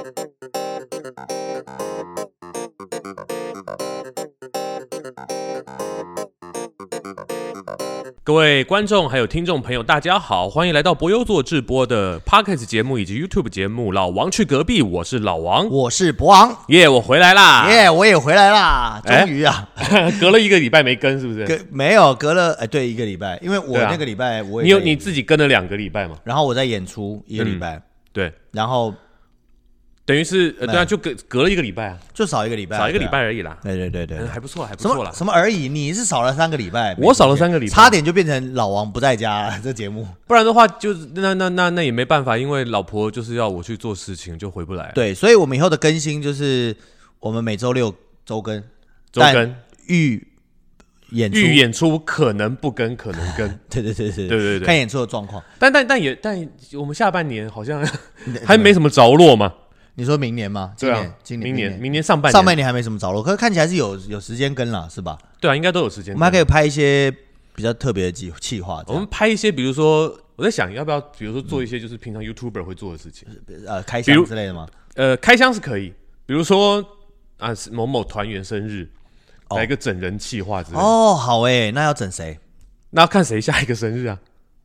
各位观众还有听众朋友，大家好，欢迎来到博优做直播的 Podcast 节目以及 YouTube 节目《老王去隔壁》，我是老王， 我是博王， 我回来啦， 我也回来啦，终于啊， 隔了1个礼拜没更，是不是？ 没有，隔了对1个礼拜，因为我那个礼拜我也你自己跟了2个礼拜嘛， 然后我在演出1个礼拜， 对， 然后等于是对啊，就隔了1个礼拜啊， 就少1个礼拜， 少1个礼拜而已啦。 对， 还不错，还不错啦。 什么而已？你是少了3个礼拜， 我少了3个礼拜， 差点就变成老王不在家了。这节目， 不然的话就那也没办法，因为老婆就是要我去做事情，就回不来。 对，所以我们以后的更新就是我们每周6周更，预演出可能不更，可能更。 对，看演出的状况。 但我们下半年好像还没什么着落嘛。 你说明年吗？ 明年上半年还没什么着落，可是看起来是有时间跟了，是吧？ 对啊，应该都有时间。 我们还可以拍一些比较特别的企划。 我们拍一些，比如说我在想要不要，比如说做一些就是平常 YouTuber 会做的事情， 开箱之类的吗？ 开箱是可以，比如说某某团员生日，来一个整人企划之类的。 哦，好那要整谁？ 那要看谁下一个生日啊？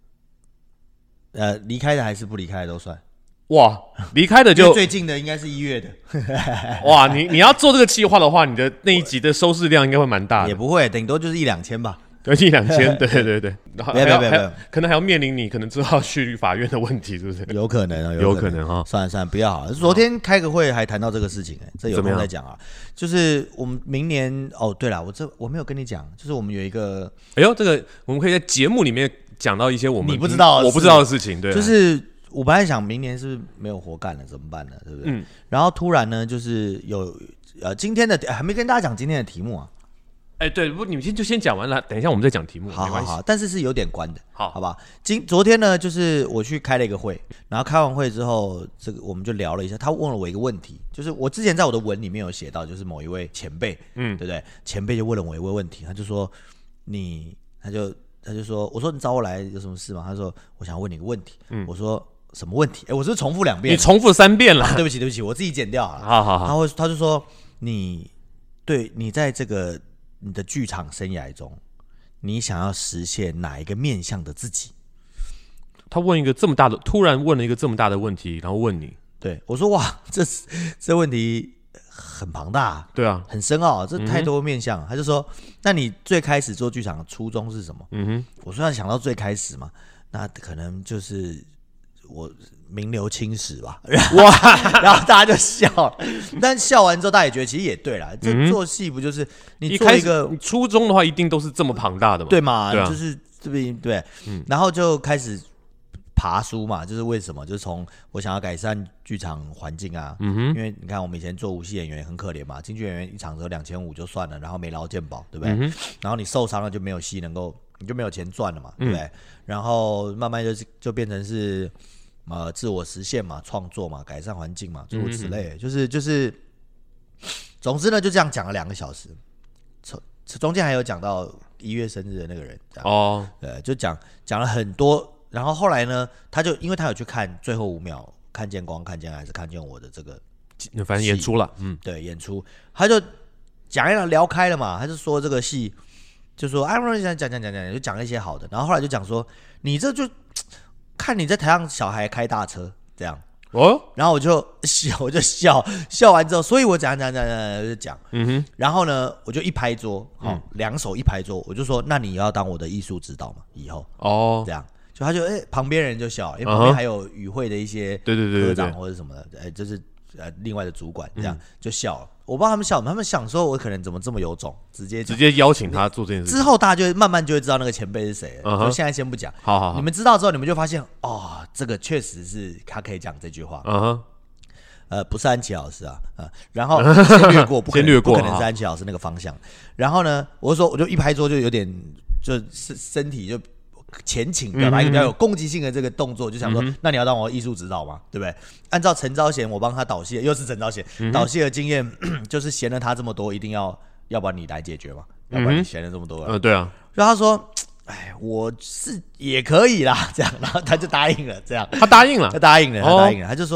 离开的还是不离开的都算。 哇，离开的就最近的应该是1月的。 哇，你要做这个企划的话，你的那一集的收视量应该会蛮大的。 也不会，顶多就是1-2千吧。 对，1-2千，对。 别， 可能还要面临你可能之后去法院的问题，是不是？ 有可能啊， 有可能哈。 算了，不要好了。昨天开个会还谈到这个事情，这有空再讲啊。就是我们明年对了，我没有跟你讲，就是我们有一个， 这个我们可以在节目里面讲到一些我不知道的事情，对， 就是。我本来想明年是不是没有活干了，怎么办呢？对不对？然后突然呢，就是有今天的还没跟大家讲今天的题目啊。 对，你们先讲完了，等一下我们再讲题目，没关系。 好，但是有点关的， 好吧？昨天呢，就是我去开了一个会，然后开完会之后，这个我们就聊了一下。他问了我一个问题，就是我之前在我的文里面有写到，就是某一位前辈，对不对？前辈就问了我一个问题，他就说他就说，我说你找我来有什么事吗？他说我想问你一个问题，我说。什么问题？我是不是重复2遍？ 你重复3遍了。 对不起，我自己剪掉了。 好。 然后他就说，你在这个你的剧场生涯中，你想要实现哪一个面向的自己？ 他突然问了一个这么大的问题，然后问你。 对，我说哇，这问题很庞大， 对啊， 很深奥，这太多面向。他就说，那你最开始做剧场的初衷是什么？我说要想到最开始嘛，那可能就是。我名留青史吧，哇！然后大家就笑了，但笑完之后，大家也觉得其实也对啦。这做戏不就是你做一个你初衷的话，一定都是这么庞大的嘛？ 对嘛？对啊，就是这边对，然后就开始爬书嘛，就是为什么？就是从我想要改善剧场环境啊，因为你看我们以前做无戏演员很可怜嘛，京剧演员一场只有2500就算了，然后没劳健保，对不对？然后你受伤了就没有戏你就没有钱赚了嘛，对不对？然后慢慢就变成是自我实现嘛，创作嘛，改善环境嘛，诸如此类，就是总之呢，就这样讲了2个小时，中间还有讲到1月生日的那个人，对，就讲了很多。然后后来呢，因为他有去看最后5秒，看见光，看见还是看见我的这个， 反正演出了， 对，演出，他就讲聊开了嘛，他就说这个戏。就说讲，就讲一些好的，然后后来就讲说，你这就看你在台上小孩开大车这样然后我就笑完之后，所以我讲就讲，然后呢，我就一拍桌，2手一拍桌，我就说，那你要当我的艺术指导嘛，以后这样，就他就旁边人就笑，因为旁边还有与会的一些科长或者什么的，就是另外的主管这样就笑了。我不知道他们笑什么，他们想说我可能怎么这么有种，直接邀请他做这件事。之后大家就慢慢就会知道那个前辈是谁了。就现在先不讲。好，你们知道之后，你们就发现这个确实是他可以讲这句话。不是安琪老师啊，然后先略过，不可能是安琪老师那个方向。然后呢，我就一拍桌就有点，就身体就。前倾表达一个比较有攻击性的这个动作，就想说，那你要当我艺术指导嘛，对不对？按照陈昭贤我帮他导戏，又是陈昭贤导戏的经验，就是嫌了他这么多，一定要不然你来解决嘛，要不然你嫌了这么多， 对啊。 然后他说，我是也可以啦，这样，然后他就答应了，这样， 他答应了， 他就说，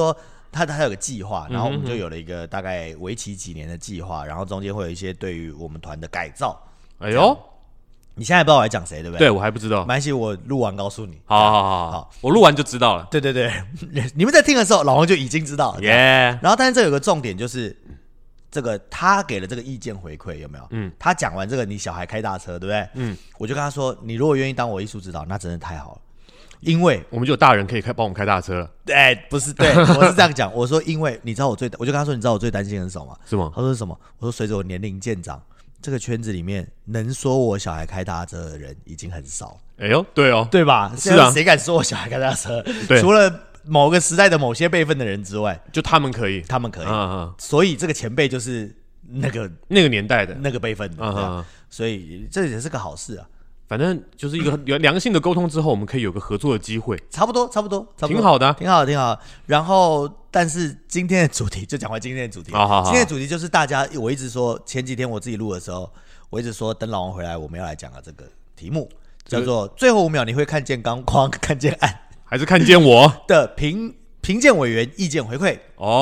他有个计划，然后我们就有了一个大概为期几年的计划，然后中间会有一些对于我们团的改造。 哎呦， 你现在不知道我在讲谁，对不对？ 对我还不知道， 没关系，我录完告诉你。 好，我录完就知道了。 对对对，你们在听的时候，老王就已经知道了。 耶。 然后，但是这有个重点就是，这个他给了这个意见回馈有没有？他讲完这个，你小孩开大车，对不对？我就跟他说，你如果愿意当我艺术指导，那真的太好了。因为我们就有大人可以帮我们开大车了。 哎，不是，对，我是这样讲。我说，因为你知道我就跟他说，你知道我最担心的是什么吗？ 是吗？ 他说是什么？我说随着我年龄渐长，这个圈子里面能说我小孩开大车的人已经很少。 哎呦，对哦， 对吧？ 是啊， 谁敢说我小孩开大车？除了某个时代的某些辈分的人之外， 就他们可以， 所以这个前辈就是那个年代的那个辈分的，所以这也是个好事啊。 反正就是一个有良性的沟通之后，我们可以有个合作的机会， 差不多， 挺好的， 挺好。然后，但是今天的主题就讲回今天的主题。今天的主题就是我一直说，前几天我自己录的时候，我一直说等老王回来，我们要来讲的这个题目叫做最后5秒你会看见钢框，看见暗， 还是看见我的评鉴委员意见回馈。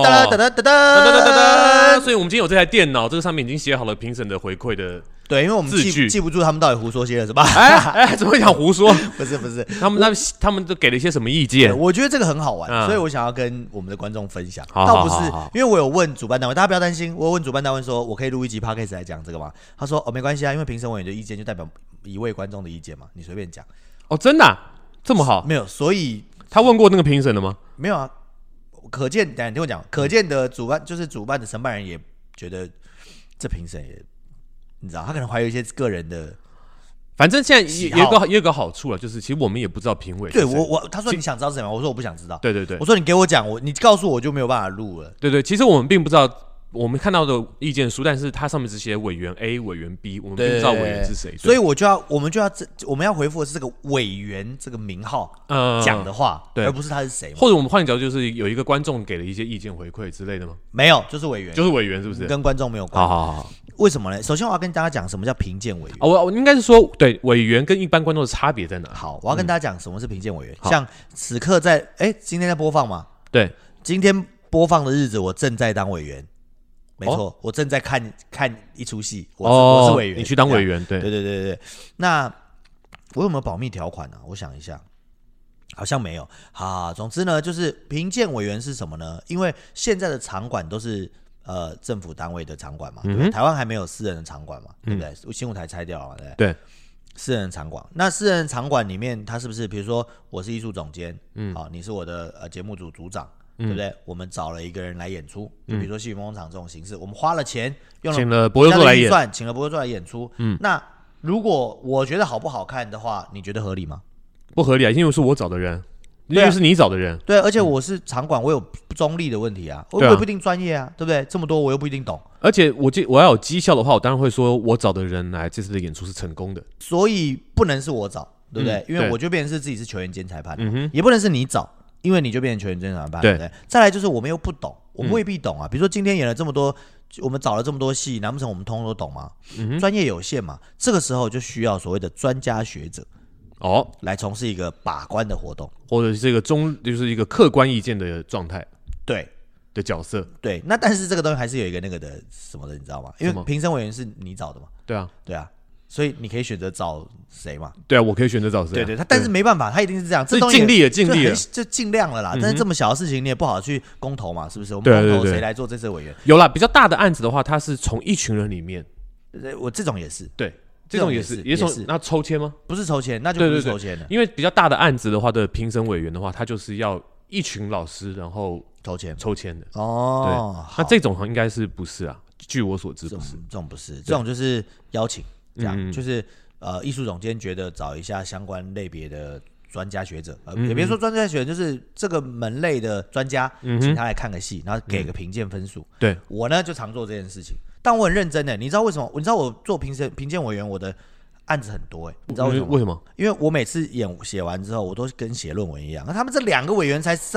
所以我们今天有这台电脑，这个上面已经写好了评审的回馈的。 对，因为我们记不住他们到底胡说些了什么。 怎么会讲胡说？ 不是， 他们都给了一些什么意见？ 我觉得这个很好玩，所以我想要跟我们的观众分享。倒不是，因为我有问主办单位，大家不要担心，我有问主办单位说，我可以录一集 podcast 来讲这个吗？他说没关系啊，因为评审委员的意见就代表一位观众的意见嘛，你随便讲。 真的这么好？ 没有，所以他问过那个评审了吗？ 没有啊，可见，等一下你听我讲，可见的主办的承办人也觉得这评审也。你知道，他可能还有一些个人的， 反正现在有一个好处了，就是其实我们也不知道评委。 对他说你想知道是什么，我说我不想知道。 对， 我说你给我讲，你告诉我就没有办法录了。 对，其实我们并不知道，我们看到的意见书，但是它上面只写委员 A、委员 B， 我们并不知道委员是谁。 所以我们要回复的是这个委员这个名号讲的话，而不是他是谁。 或者我们换个角度，就是有一个观众给了一些意见回馈之类的吗？ 没有，就是委员， 是不是？ 跟观众没有关。 好。 为什么呢？首先我要跟大家讲什么叫评鉴委员。 我应该是说，对委员跟一般观众的差别在哪？ 好，我要跟大家讲什么是评鉴委员。像此刻今天在播放嘛？ 对， 今天播放的日子，我正在当委员。没错，我正在看一出戏，我是委员。 你去当委员， 对。那我有没有保密条款呢？我想一下，好像没有。好，总之呢，就是评鉴委员是什么呢？因为现在的场馆都是政府单位的场馆嘛，对不对？台湾还没有私人的场馆嘛，对不对？新舞台拆掉了嘛，对不对？ 对， 私人场馆。那私人场馆里面，它是不是比如说我是艺术总监，好，你是我的节目组组长，对不对？我们找了一个人来演出，就比如说戏曲梦工厂这种形式，我们花了钱， 请了博优座来演， 请了博优座来演出。那如果我觉得好不好看的话，你觉得合理吗？ 不合理啊，因为是我找的人。因为是你找的人， 对，而且我是场馆，我有中立的问题啊，我也不一定专业啊，对不对？这么多我又不一定懂， 而且我要有绩效的话，我当然会说我找的人来这次的演出是成功的， 所以不能是我找，对不对？因为我就变成是自己是球员兼裁判，也不能是你找，因为你就变成球员兼裁判，对不对？再来就是我们又不懂，我们未必懂啊。比如说今天演了这么多，我们找了这么多戏，难不成我们通通都懂吗？专业有限嘛，这个时候就需要所谓的专家学者。来从事一个把关的活动， 或者是这个就是一个客观意见的状态， 对的角色， 对。那但是这个东西还是有一个那个的什么的，你知道吗？因为评审委员是你找的嘛， 对啊， 所以你可以选择找谁嘛？ 对啊，我可以选择找谁？ 对，但是没办法，他一定是这样，这东西尽力了， 就尽量了啦。但是这么小的事情你也不好去公投嘛，是不是？我们公投谁来做这次委员？ 有啦，比较大的案子的话，他是从一群人里面， 我这种也是对。这种也是那抽签吗？ 不是抽签，那就不是抽签了。 因为比较大的案子的话的评审委员的话，他就是要一群老师然后抽签的。对，那这种应该是不是啊？据我所知不是， 这种不是，这种就是邀请，这样就是艺术总监觉得找一下相关类别的专家学者，也别说专家学者，就是这个门类的专家，请他来看个戏，然后给个评鉴分数。 对， 我呢就常做这件事情。但我很认真的，你知道为什么？你知道我做评鉴委员，我的案子很多你知道为什么？因为我每次写完之后，我都跟写论文一样。那他们这2个委员才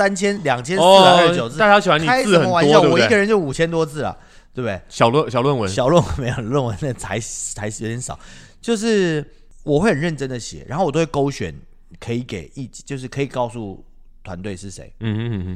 2429字， 大家喜欢你字很多， 开什么玩笑？我一个人就5000多字了，对不对？ 小论文没有论文，那才有点少。就是我会很认真的写，然后我都会勾选可以给就是可以告诉团队是谁。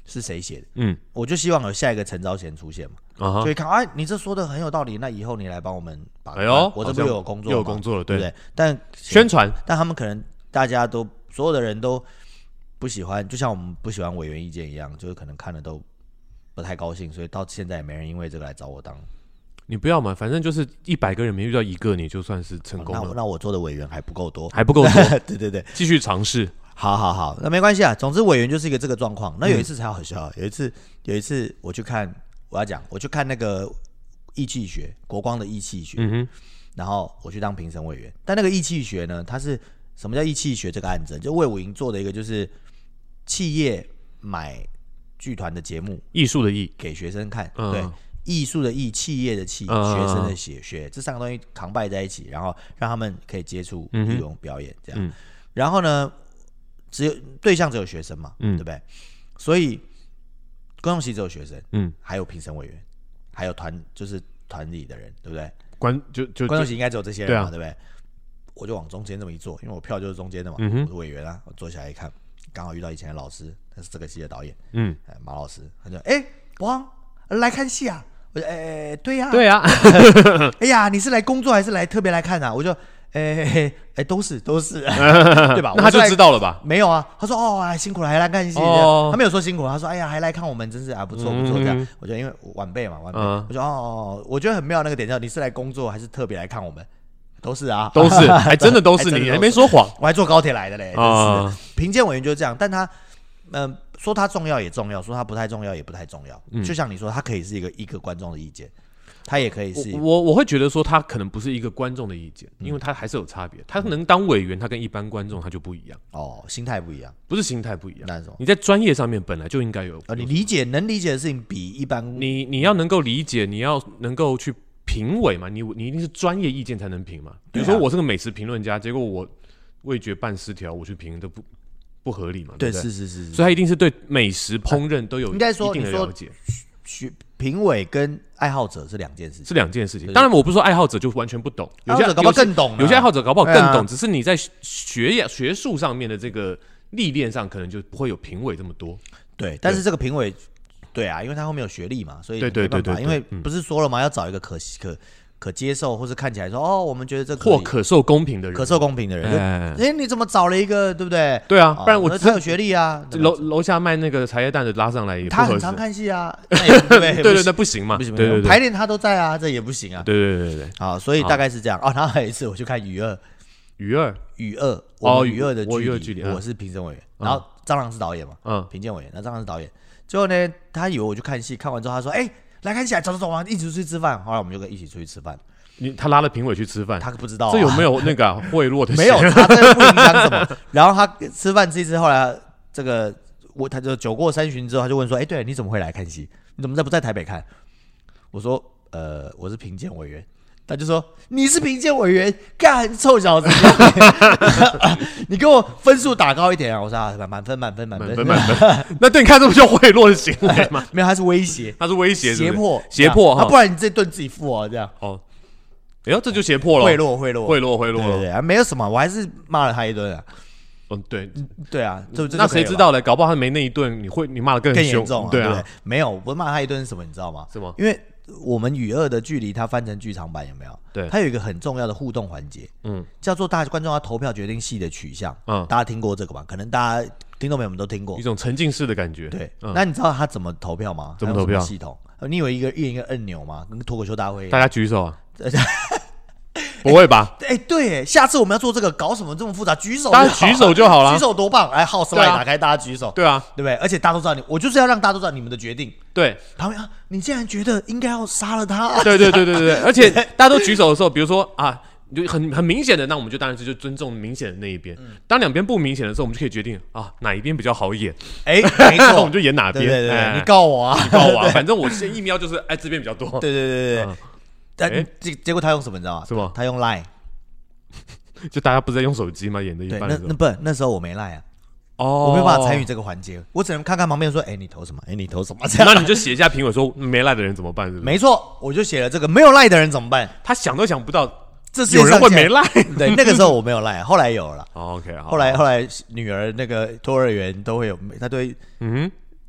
是谁写的，我就希望有下一个陈昭贤出现嘛，就会看你这说的很有道理，那以后你来帮我们把我这不又有工作， 又有工作了，对不对？但宣传， 但他们可能大家都所有的人都不喜欢，就像我们不喜欢委员意见一样，就是可能看了都不太高兴，所以到现在也没人因为这个来找我当。 你不要嘛，反正就是100个人没遇到一个，你就算是成功了。 那我做的委员还不够多， 还不够多。 对， 继续尝试。 好，那没关系啊。总之委员就是一个这个状况。那有一次才好笑，有一次我去看那个义气学，国光的义气学，然后我去当评审委员。但那个义气学呢，它是什么叫义气学这个案子？就卫武营做的一个就是企业买剧团的节目， 艺术的艺给学生看，对。艺术的艺，企业的企，学生的学，这3个东西扛拜在一起，然后让他们可以接触艺文表演这样。然后呢，对象只有学生嘛，对不对？所以观众席只有学生，还有评审委员，还有就是团里的人，对不对？观众席应该只有这些人嘛，对不对？我就往中间这么一坐，因为我票就是中间的嘛，我是委员啊。我坐下来一看，刚好遇到以前的老师，他是这个戏的导演，马老师，他就博昂来看戏啊。我就对呀，哎呀，你是来工作还是特别来看啊？我就都是，对吧？ 那他就知道了吧？ 没有啊，他说辛苦了，还来看戏，他没有说辛苦，他说哎呀，还来看我们，真是不错这样。我觉得因为晚辈嘛，我说我觉得很妙那个点叫你是来工作还是特别来看我们？都是啊， 都是，还真的都是，你还没说谎， 我还坐高铁来的嘞，真是。评鉴委员就是这样，但他说它重要也重要，说它不太重要也不太重要。就像你说，它可以是一个观众的意见，它也可以是我会觉得说，它可能不是一个观众的意见，因为它还是有差别。它能当委员，它跟一般观众它就不一样。 心态不一样， 不是心态不一样。 那是什么？ 你在专业上面本来就应该有。 你能理解的事情比一般， 你要能够理解，你要能够去评委嘛，你一定是专业意见才能评嘛。比如说我是个美食评论家，结果我味觉半失调，我去评都不合理嘛，对不对？是，所以他一定是对美食烹饪都有一定的了解。 评委跟爱好者是两件事情， 当然我不是说爱好者就完全不懂， 有些搞不好更懂， 有些爱好者搞不好更懂，只是你在学术上面的这个历练上，可能就不会有评委这么多。 对，但是这个评委，对啊，因为他后面有学历嘛，所以对，因为不是说了吗？要找一个可接受，或是看起来说我们觉得这或可受公平的人，你怎么找了一个，对不对？ 对啊，不然他有学历啊。 楼下卖那个茶叶蛋的拉上来也不合适， 他很常看戏啊，对， 那不行嘛， 对，排练他都在啊，这也不行啊。 对， 好，所以大概是这样。然后还有一次我去看雨二，我们雨二的距离，我是评审委员，然后张朗是导演嘛，评鉴委员，那张朗是导演。最后呢，他以为我去看戏，看完之后他说，来看起来，走，一起出去吃饭。后来我们就一起出去吃饭。 他拉了评委去吃饭， 他不知道这有没有那个贿赂的？ 没有，他这个不影响什么。然后他吃饭吃一吃，后来这个他就酒过3巡之后，他就问说：“对，你怎么会来看戏？你怎么不在台北看？”我说：“我是评鉴委员。”他就说：“你是评鉴委员，干臭小子！你给我分数打高一点啊！”我说：“满分。” 那对你看，这不叫贿赂的行为吗？ 没有，他是威胁，胁迫哈，不然你这顿自己付哦，这样。 这就胁迫了， 贿赂， 对， 没有什么，我还是骂了他一顿啊。对啊， 那谁知道嘞？搞不好他没那一顿，你骂得更严重， 对啊， 没有，我骂他一顿是什么？你知道吗？ 什么？ 因为我们雨二的距离，它翻成剧场版有没有？ 对， 它有一个很重要的互动环节，叫做观众要投票决定戏的取向。大家听过这个吧？可能大家听众朋友们都听过， 一种沉浸式的感觉。 对，那你知道他怎么投票吗？ 怎么投票？ 系统？你以为一个按钮吗？跟脱口秀大会， 大家举手啊。不会吧？ 对，下次我们要做这个，搞什么这么复杂？举手， 大家举手就好了， 举手多棒！号slide打开，大家举手， 对啊， 对不对？而且大家都知道我就是要让大家都知道你们的决定。 对， 旁边你竟然觉得应该要杀了他？ 对，而且大家都举手的时候，比如说就很明显的，那我们就当然就尊重明显的那一边。当两边不明显的时候，我们就可以决定哪一边比较好演。 没错， 我们就演哪边。 对，你告我啊， 反正我先一瞄就是这边比较多。 对。但结果他用什么你知道吗？ 什么？ 他用 Line。 就大家不是在用手机吗？演的一半的时候， 那时候我没赖啊，我没有办法参与这个环节，我只能看看旁边说，你投什么？你投什么？这样， 那你就写一下评委说没赖的人怎么办？是不是？ 没错，我就写了这个没有赖的人怎么办？ 他想都想不到， 这是有人会没赖。 对，那个时候我没有赖，后来有了。 OK， 后来女儿那个托儿园都会有，他对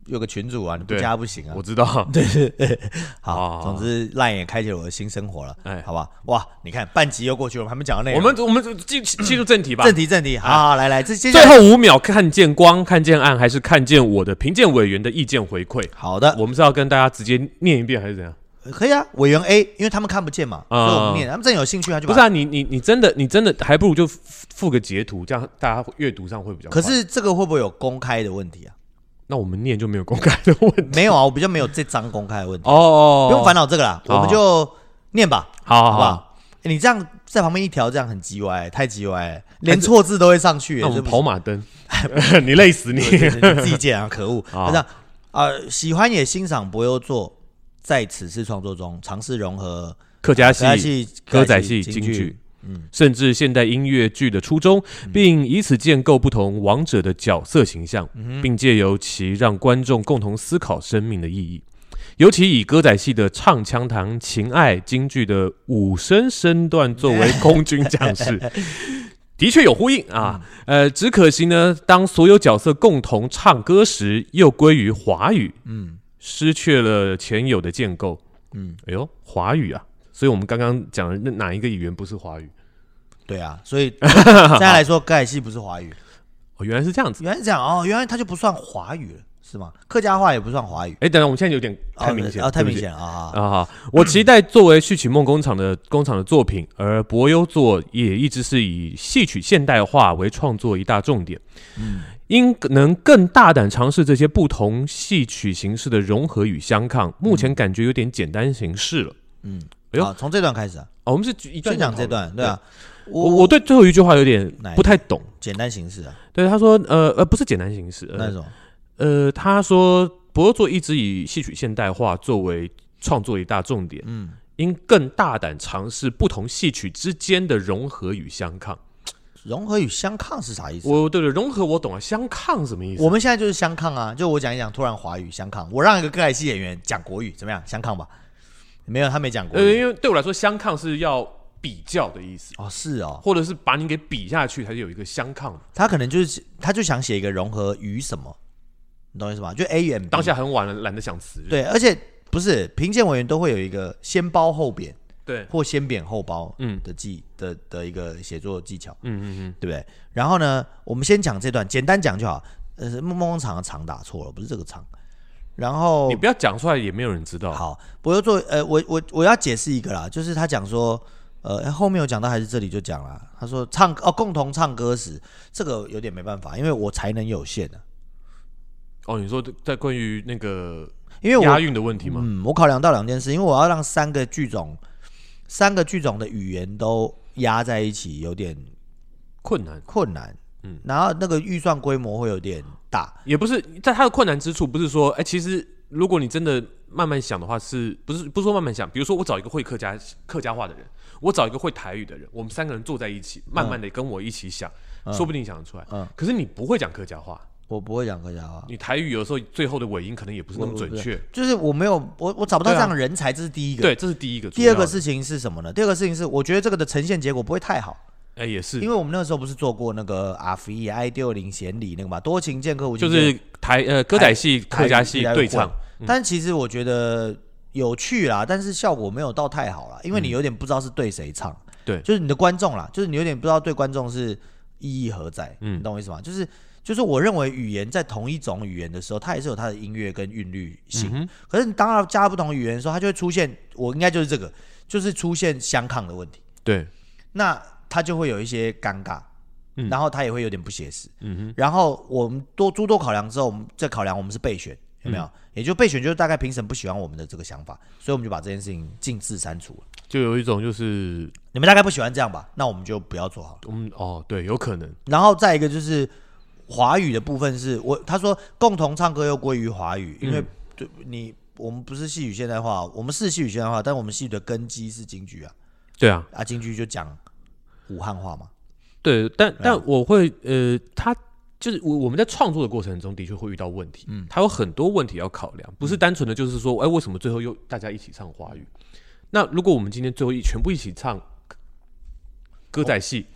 有个群组啊，你不加不行啊。 我知道。 对对对，好，总之 LINE 也开启了我的新生活了，好吧？哇，你看半集又过去了，我们还没讲到内容。我们进入正题吧。 正题，好，来，最后5秒看见光，看见暗，还是看见我的评鉴委员的意见回馈？ 好的， 我们是要跟大家直接念一遍还是怎样？ 可以啊，委员 A， 因为他们看不见嘛，所以我们念，他们真有兴趣他就不是啊，你真的还不如就附个截图，这样大家阅读上会比较快。 可是这个会不会有公开的问题啊？ 那我们念就没有公开的问题？ 没有啊，我比较没有这张公开的问题不用烦恼这个啦，我们就念吧，好不好？你这样在旁边一条，这样很鸡歪，太鸡歪，连错字都会上去。 那我们跑马灯，你累死你自己剪啊，可恶！这样喜欢也欣赏柏优作。在此次创作中，尝试融合客家戏、歌仔戏、京剧，甚至现代音乐剧的初衷，并以此建构不同王者的角色形象，并借由其让观众共同思考生命的意义。尤其以歌仔戏的唱腔谈情爱，京剧的武生身段作为空军将士，的确有呼应啊。只可惜呢，当所有角色共同唱歌时，又归于华语。失去了前有的建构。哎呦，华语啊！所以我们刚刚讲的哪一个语言不是华语？ 对啊，所以现在来说，歌仔戏不是华语。 原来是这样子。 原来是这样哦，原来它就不算华语了，是吗？客家话也不算华语。 等等，我们现在有点太明显太明显啊！ 我期待作为序曲梦工厂的作品，而柏优作也一直是以戏曲现代化为创作一大重点。应能更大胆尝试这些不同戏曲形式的融合与相抗，目前感觉有点简单形式了。 好，从这段开始啊。 我们是一段讲这段，对啊。 我对最后一句话有点不太懂。 简单形式啊？ 对，他说不是简单形式， 那种他说柏优作一直以戏曲现代化作为创作一大重点，应更大胆尝试不同戏曲之间的融合与相抗。 融合与相抗是啥意思？ 对，融合我懂啊，相抗什么意思？ 我们现在就是相抗啊，就我讲一讲，突然华语相抗，我让一个歌仔戏演员讲国语，怎么样？相抗吧？没有，他没讲国语。 因为对我来说，相抗是要比较的意思。 是哦， 或者是把你给比下去，才有一个相抗。 他可能他就想写一个融合与什么，你懂我意思吗？就 A 与 B。 当下很晚了，懒得想词。 对，而且不是评鉴委员都会有一个先褒后贬。 对， 或先贬后褒的一个写作技巧，对不对？然后呢，我们先讲这段，简单讲就好。梦工厂的厂打错了，不是这个厂。然后你不要讲出来，也没有人知道。 好，柏优作，我要解释一个啦，就是他讲说，后面有讲到还是这里就讲了，他说共同唱歌时，这个有点没办法，因为我才能有限的。 你说在关于那个因为押韵的问题吗？ 我考量到2件事，因为我要让3个剧种的语言都压在一起，有点困难。然后那个预算规模会有点大， 也不是在它的困难之处，不是说，其实如果你真的慢慢想的话，不是说慢慢想，比如说我找一个会客家话的人，我找一个会台语的人，我们3个人坐在一起，慢慢的跟我一起想，说不定想得出来。可是你不会讲客家话。 我不会讲客家话， 你台语有时候最后的尾音可能也不是那么准确， 就是我没有我找不到这样的人才，这是第一个。 对，这是第一个。 第二个事情是什么呢？第二个事情是，我觉得这个的呈现结果不会太好。 也是， 因为我们那个时候不是做过那个阿飞爱丢零贤礼那个嘛，多情剑客无情就是歌仔戏、客家戏对唱。 但其实我觉得有趣啦，但是效果没有到太好啦，因为你有点不知道是对谁唱。 对， 就是你的观众啦，就是你有点不知道对观众是意义何在。你懂我意思吗？就是我认为语言在同一种语言的时候，它也是有它的音乐跟韵律性。可是你当它加了不同语言的时候，它就会出现，我应该就是这个，就是出现相抗的问题。 对， 那它就会有一些尴尬，然后它也会有点不写实。然后我们诸多考量之后，我们再考量我们是备选，有没有？也就备选就是大概评审不喜欢我们的这个想法，所以我们就把这件事情尽字删除了。 就有一种就是你们大概不喜欢这样吧，那我们就不要做好了。对，有可能。 然后再一个就是华语的部分是他说共同唱歌又归于华语，因为我们不是戏曲现代化，我们是戏曲现代化，但我们戏曲的根基是京剧啊。 对啊， 京剧就讲武汉话嘛。 对，但我会他就是我们在创作的过程中的确会遇到问题，他有很多问题要考量，不是单纯的就是说，为什么最后又大家一起唱华语？那如果我们今天最后全部一起唱歌仔戏，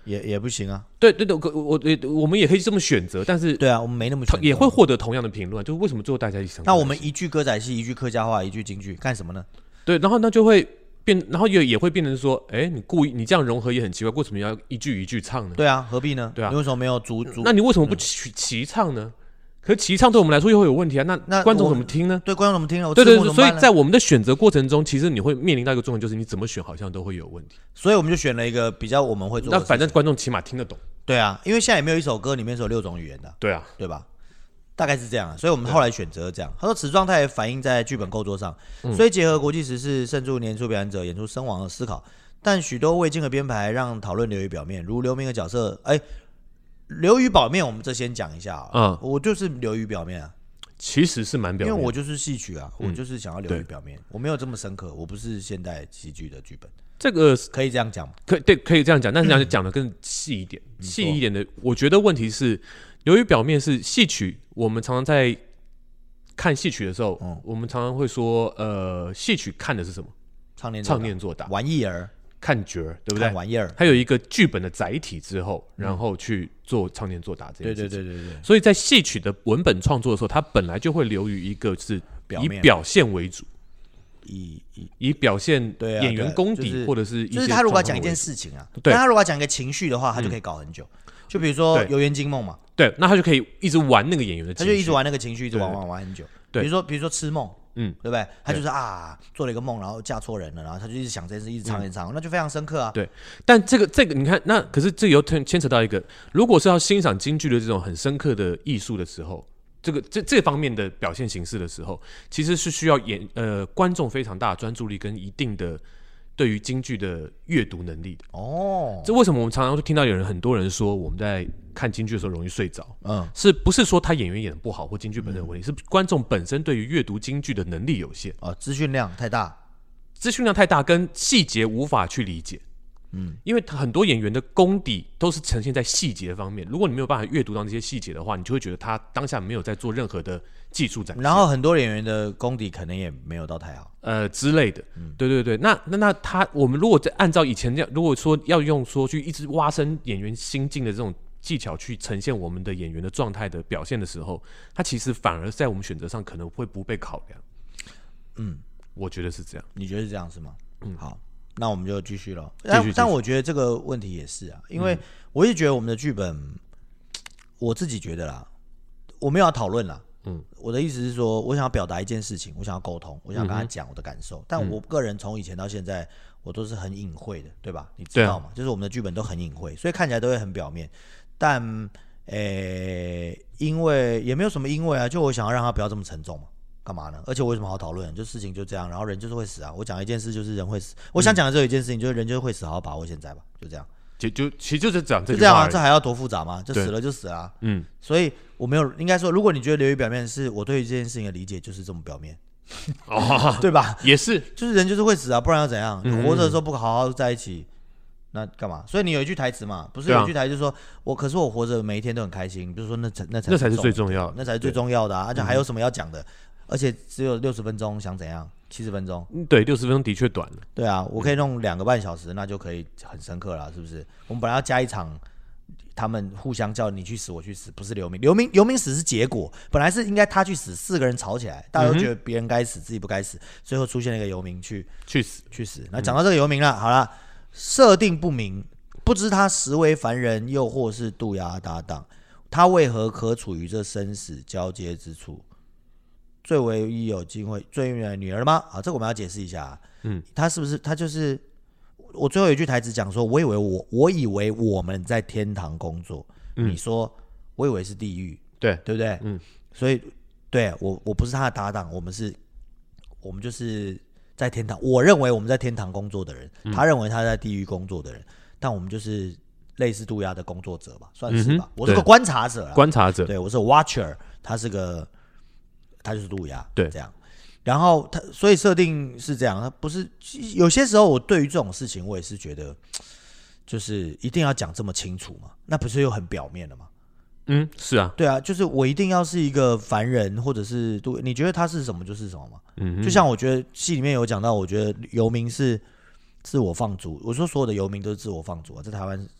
也不行啊。 对，我们也可以这么选择，但是对啊，我们没那么选择也会获得同样的评论，就是为什么最后大家一起？ 那我们一句歌仔戏，一句客家话，一句京剧，干什么呢？ 对，然后那就会变，然后也会变成说，哎，你故意你这样融合也很奇怪，为什么要一句一句唱呢？ 对啊，何必呢？ 对啊， 你为什么没有逐？ 那你为什么不齐唱呢？可是齐唱对我们来说又会有问题啊，那观众怎么听呢？ 对，观众怎么听呢？ 对，所以在我们的选择过程中，其实你会面临到一个状况，就是你怎么选好像都会有问题。 所以我们就选了一个比较我们会做的。 那反正观众起码听得懂。对啊，因为现在也没有一首歌里面是有6种语言的。 对啊， 对吧？大概是这样，所以我们后来选择这样。他说此状态反映在剧本构作上，所以结合国际时事，慎重年初表演者演出深往的思考，但许多未经的编排让讨论流于表面，如刘明的角色，流于表面，我们这先讲一下啊。我就是流于表面啊。 其实是蛮表面， 因为我就是戏曲啊，我就是想要流于表面，我没有这么深刻，我不是现代戏剧的剧本。这个可以这样讲吗？ 可以这样讲，但是讲的更细一点，细一点的，我觉得问题是流于表面是戏曲，我们常常在看戏曲的时候，我们常常会说，戏曲看的是什么？唱念做打， 玩意儿。 看角儿，对不对？ 看玩意儿， 它有一个剧本的载体之后，然后去做唱念做打这件事情。 对。 所以在戏曲的文本创作的时候，它本来就会流于一个是以表现为主，以表现演员功底，或者是就是他如果要讲一件事情啊，但他如果要讲一个情绪的话，他就可以搞很久。就比如说《游园惊梦》嘛， 对，那他就可以一直玩那个演员的情绪， 他就一直玩那个情绪，一直玩很久。比如说《痴梦》。对不对？他就是做了一个梦，然后嫁错人了，然后他就一直想这件事，一直唱，那就非常深刻啊。 对，但这个你看，那可是这又牵扯到一个，如果是要欣赏京剧的这种很深刻的艺术的时候，这方面的表现形式的时候，其实是需要观众非常大的专注力跟一定的对于京剧的阅读能力的。这为什么我们常常会听到很多人说我们在看京剧的时候容易睡着？是不是说他演员演得不好或京剧本身有问题？是观众本身对于阅读京剧的能力有限。 资讯量太大，跟细节无法去理解。因为很多演员的功底都是呈现在细节方面，如果你没有办法阅读到那些细节的话，你就会觉得他当下没有在做任何的技术展现。 然后很多演员的功底可能也没有到太好， 之类的。对。那我们如果在按照以前这样，如果说要用说去一直挖深演员心境的这种技巧去呈现我们的演员的状态的表现的时候，他其实反而在我们选择上可能会不被考量。我觉得是这样。 你觉得是这样是吗？好。那我们就继续了。但我觉得这个问题也是啊，因为我也觉得我们的剧本，我自己觉得啦，我没有要讨论啦。我的意思是说，我想要表达一件事情，我想要沟通，我想跟他讲我的感受。但我个人从以前到现在，我都是很隐晦的，对吧？你知道吗？就是我们的剧本都很隐晦，所以看起来都会很表面。但因为也没有什么因为啊，就我想要让他不要这么沉重嘛。干嘛呢？而且我为什么好讨论？就事情就这样，然后人就是会死啊！我讲一件事就是人会死，我想讲的只有一件事情，就是人就是会死，好好把握现在吧，就这样。 其实就是讲这句话， 就这样啊，这还要多复杂吗？就死了就死了啊。所以我没有，应该说，如果你觉得流于表面，是我对于这件事情的理解就是这么表面，对吧？ 也是， 就是人就是会死啊，不然要怎样？你活着的时候不好好在一起，那干嘛？所以你有一句台词嘛，不是有一句台词就是说可是我活着每一天都很开心，就是说那才是最重要的， 那才是最重要的啊！而且还有什么要讲的？而且只有60分钟，想怎样？70分钟， 对，60分钟的确短了。 对啊，我可以弄2个半小时，那就可以很深刻了，是不是？我们本来要加一场，他们互相叫你去死，我去死，不是刘明死是结果，本来是应该他去死，4个人吵起来，大家都觉得别人该死，自己不该死，最后出现了一个游民去死。那讲到这个游民了，好了，设定不明，不知他实为凡人，又或是渡鸦搭档，他为何可处于这生死交接之处？最为一有机会最美的女儿吗？这个我们要解释一下。他是不是他就是我最后一句台词讲说，我以为我们在天堂工作，你说我以为是地狱，对不对？所以对我不是他的搭档，我们就是在天堂。我认为我们在天堂工作的人，他认为他在地狱工作的人，但我们就是类似渡鸦的工作者吧，算是吧。我是个观察者，对，我是 watcher， 他就是渡鸦，对，这样。然后所以设定是这样，他不是有些时候我对于这种事情，我也是觉得，就是一定要讲这么清楚嘛？那不是又很表面了吗？ 是啊， 对啊，就是我一定要是一个凡人，或者是你觉得他是什么就是什么嘛？就像我觉得戏里面有讲到，我觉得游民是自我放逐，我说所有的游民都是自我放逐啊，在台湾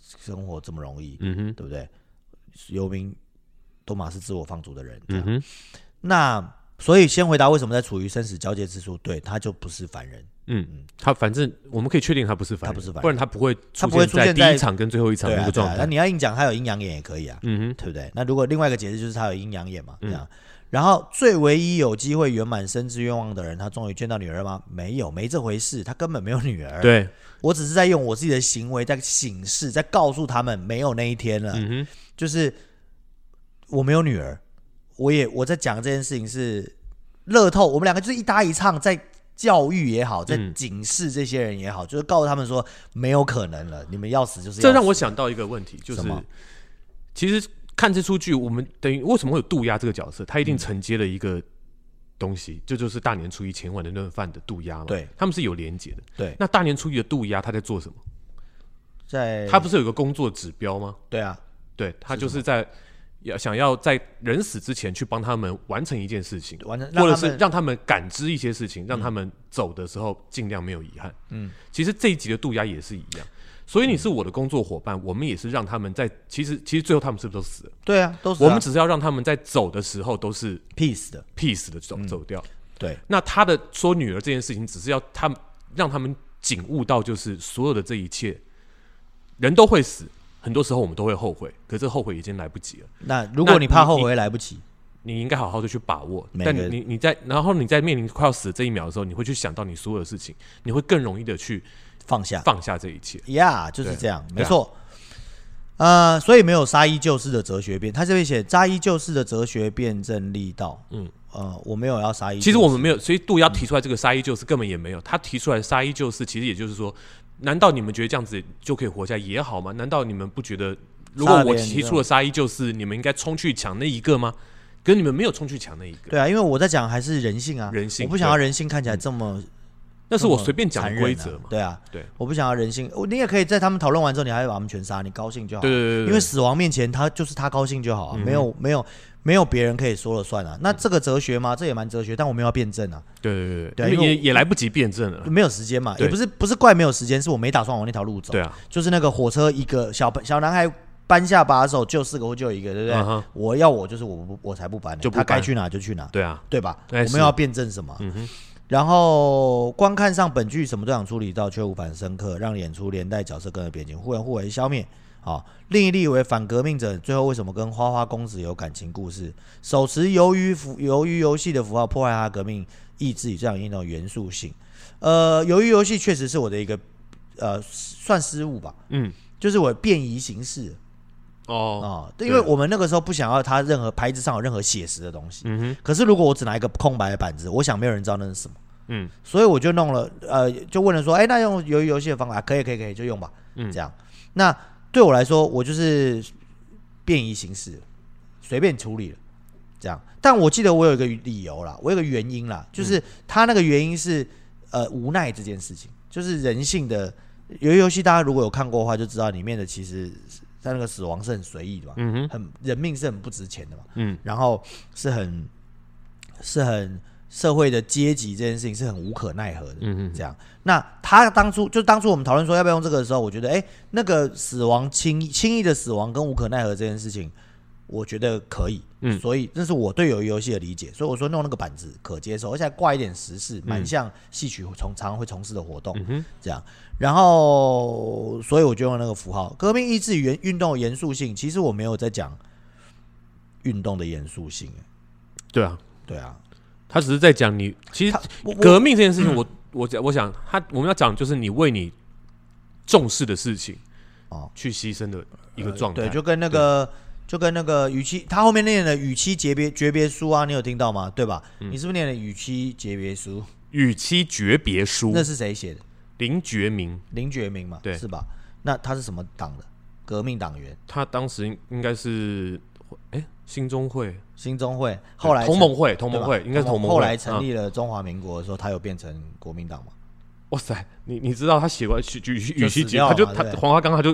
生活这么容易，对不对？游民都嘛是自我放逐的人，这样。那所以先回答为什么在处于生死交界之处，对，他就不是凡人。 他反正我们可以确定他不是凡人，不然他不会出现在第一场跟最后一场那个状态。 那你要硬讲他有阴阳眼也可以啊，对不对？那如果另外一个解释就是他有阴阳眼嘛，这样。然后最唯一有机会圆满生之愿望的人，他终于见到女儿吗？没这回事，他根本没有女儿。 对， 我只是在用我自己的行为在醒示，在告诉他们没有那一天了。就是我没有女儿，我在讲这件事情是乐透，我们两个就是一搭一唱，在教育也好，在警示这些人也好，就是告诉他们说没有可能了，你们要死就是要死。 这让我想到一个问题，就是其实看这出剧，我们等于为什么会有渡鸦这个角色？他一定承接了一个东西，这就是大年初一前晚的那顿饭的渡鸦嘛。 对， 他们是有连结的。 对， 那大年初一的渡鸦他在做什么？他不是有个工作指标吗？ 对啊， 对，他就是想要在人死之前去帮他们完成一件事情，或者是让他们感知一些事情，让他们走的时候尽量没有遗憾。其实这一集的渡鸦也是一样，所以你是我的工作伙伴，我们也是让他们在其实最后他们是不是都死了？ 对啊，都死了。 我们只是要让他们在走的时候都是 peace 的走掉。 对， 那他的说女儿这件事情，只是要让他们警悟到，就是所有的这一切，人都会死。很多时候我们都会后悔，可是后悔已经来不及了。 那如果你怕后悔来不及， 你应该好好的去把握。但然后你在面临快要死的这一秒的时候，你会去想到你所有的事情，你会更容易的去放下这一切。 就是这样，没错。所以没有杀一救四的哲学辩，他这边写杀一救四的哲学辩证力道。我没有要杀一救四， 其实我们没有，所以杜要提出来这个杀一救四根本也没有。他提出来杀一救四，其实也就是说，难道你们觉得这样子就可以活下来也好吗？难道你们不觉得，如果我提出了杀一救四，你们应该冲去抢那一个吗？可是你们没有冲去抢那一个。 对啊，因为我在讲还是人性啊，我不想要人性看起来这么。 那是我随便讲的规则嘛。 对啊，对，我不想要人性。你也可以在他们讨论完之后，你还是把他们全杀，你高兴就好。 对， 因为死亡面前，他就是他高兴就好啊，没有别人可以说了算啊。那这个哲学吗？这也蛮哲学，但我们要辩证啊。 对，因为也来不及辩证了， 没有时间嘛，也不是怪没有时间，是我没打算往那条路走。 对啊， 就是那个火车一个小男孩搬下把手，救4个或救1个，对不对？我就是我才不搬，他该去哪就去哪。对啊，对吧？我们要辩证什么？然后观看上本剧什么都想处理到，却无法深刻，让演出连带角色跟着变形，互为消灭。另一例为反革命者，最后为什么跟花花公子有感情故事？手持鱿鱼游戏的符号，破坏他革命意志与这样一种元素性。鱿鱼游戏确实是我的一个算失误吧。就是我便宜行事。因为我们那个时候不想要他任何牌子上有任何写实的东西。可是如果我只拿一个空白的板子，我想没有人知道那是什么。所以我就弄了，就问了说，那用鱿鱼游戏的方法，可以，就用吧。这样，那对我来说，我就是便宜行事，随便处理了。这样，但我记得我有一个理由啦，我有一个原因啦，就是他那个原因是无奈这件事情，就是人性的鱿鱼游戏，大家如果有看过的话，就知道里面的其实。但那个死亡是很随意的嘛，人命是很不值钱的嘛，然后是很社会的阶级这件事情是很无可奈何的，这样。那他当初我们讨论说要不要用这个的时候，我觉得那个死亡轻易的死亡跟无可奈何这件事情，我觉得可以，所以这是我对鱿鱼游戏的理解，所以我说弄那个板子可接受，而且还挂一点时事，蛮像戏曲常常会从事的活动，这样。然后，所以我就用那个符号，革命意志与运动的严肃性。其实我没有在讲运动的严肃性， 对啊， 他只是在讲你其实革命这件事情，我想我们要讲就是你为你重视的事情去牺牲的一个状态， 对，就跟那个与妻，他后面念的与妻诀别书啊，你有听到吗？对吧？你是不是念的与妻诀别书？ 与妻诀别书， 那是谁写的？ 林觉民嘛， 对， 是吧？那他是什么党的？革命党员。 他当时应该是兴中会， 后来同盟会应该是同盟会。 后来成立了中华民国的时候，他有变成国民党吗？ 哇塞，你知道他写过与其他黄花岗他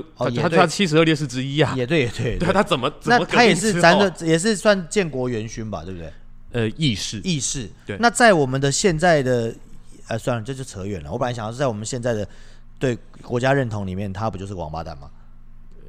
72烈士之一啊， 也对， 他怎么那他也是咱的也是算建国元勋吧，对不对？ 义士， 对。那在我们的现在的算了，这就扯远了。我本来想要是在我们现在的对国家认同里面，他不就是个王八蛋吗？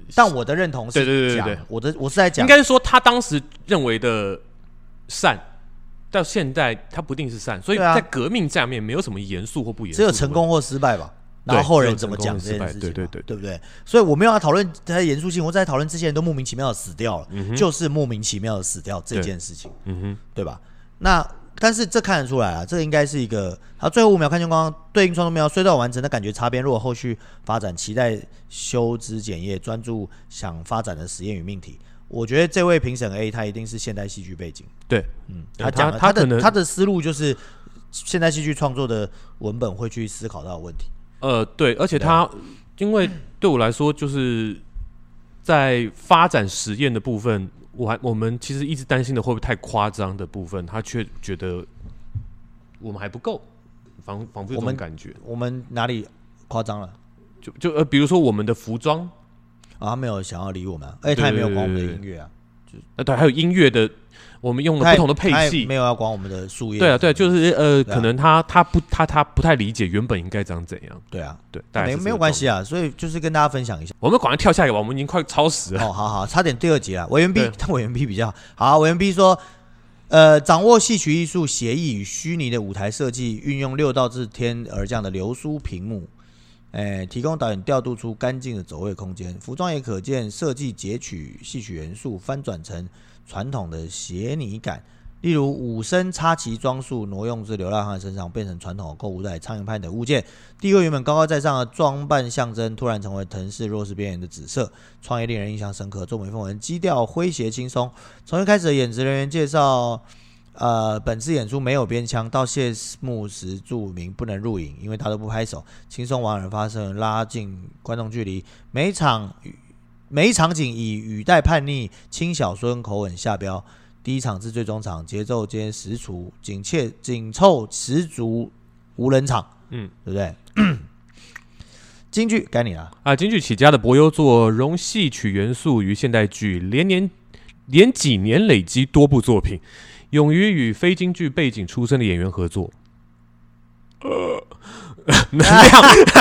但我的认同是对， 我是在讲， 应该是说他当时认为的善，到现在他不一定是善，所以在革命下面没有什么严肃或不严肃， 只有成功或失败吧。然后后人怎么讲这件事情，对不对？所以我没有要讨论它的严肃性，我在讨论这些人都莫名其妙的死掉了，就是莫名其妙的死掉这件事情，对吧？那但是这看得出来啊，这个应该是一个，好，最后5秒看见光对应创作目标虽都完成，但感觉擦边。如果后续发展，期待修枝剪叶，专注想发展的实验与命题。我觉得这位评审 A 他一定是现代戏剧背景， 对， 他讲了他的思路就是现代戏剧创作的文本会去思考到的问题。 对，而且他因为对我来说，就是在发展实验的部分，我们其实一直担心的会不会太夸张的部分，他却觉得我们还不够，仿佛有这种感觉。 我们哪里夸张了？ 比如说我们的服装啊，他没有想要理我们，而且他也没有管我们的音乐啊。 对，还有音乐的，我们用了不同的配器， 没有要管我们的树叶。 对啊，对，就是可能他不太理解原本应该长怎样。 对啊， 对， 没有关系啊，所以就是跟大家分享一下。 我们赶快跳下一个吧，我们已经快超时了。 好，差点第2集了。委员 B， 但委员 B 比较好。委员 B 说，掌握戏曲艺术写意与虚拟的舞台设计，运用6道自天而降的流苏屏幕。提供导演调度出干净的走位空间，服装也可见设计截取戏曲元素，翻转成传统的写拟感。例如武生插旗装束挪用至流浪汉身上，变成传统的购物袋、苍蝇拍等物件。第2个原本高高在上的装扮象征，突然成为藤氏弱势边缘的紫色，创意令人印象深刻。作美凤纹基调诙谐轻松。从一开始的演职人员介绍。本次演出没有边腔，到谢幕时注明不能录影，因为他都不拍手，轻松婉转发声，拉近观众距离。每一场景以语带叛逆、轻小说口吻下标。第1场至最终场，节奏间实处紧凑十足，无人场，对不对？京剧该你了啊！京剧起家的伯优作融戏曲元素于现代剧，连几年累积多部作品。勇于与非京剧背景出身的演员合作，能量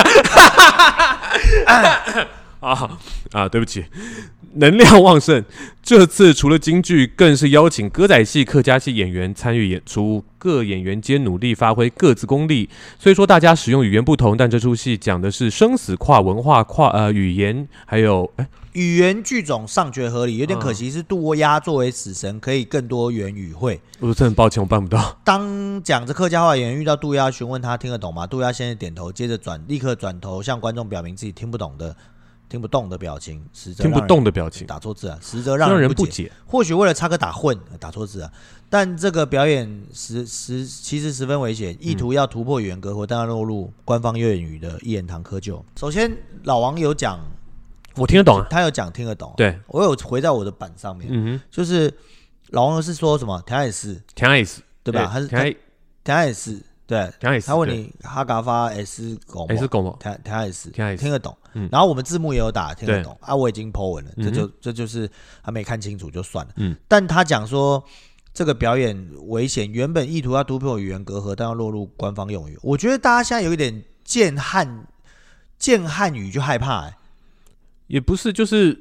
对不起，能量旺盛。这次除了京剧，更是邀请歌仔戏、客家戏演员参与演出，各演员皆努力发挥各自功力。虽说大家使用语言不同，但这出戏讲的是生死跨文化、跨语言，还有语言剧种尚觉合理，有点可惜是渡鸦作为死神可以更多元语汇。 我真的很抱歉，我办不到。 当讲着客家话演员遇到渡鸦，询问他听得懂吗？渡鸦先是点头，接着立刻转头向观众表明自己听不懂的表情， 听不懂的表情， 打错字啊，实则让人不解。或许为了插科打诨，打错字啊。但这个表演其实十分危险，意图要突破语言隔阂，但要落入官方粤语的一言堂窠臼。首先，老王有讲。 我听得懂啊， 他有讲听得懂， 对， 我有回在我的板上面，就是老王是说什么？田海斯，对吧？他是田海斯，对，他问你哈嘎发 S 狗吗？田海斯听得懂，然后我们字幕也有打听得懂啊，我已经 po 文了，这就是他没看清楚就算了，但他讲说这个表演危险，原本意图要突破语言隔阂，但要落入官方用语，我觉得大家现在有一点见汉语就害怕也不是，就是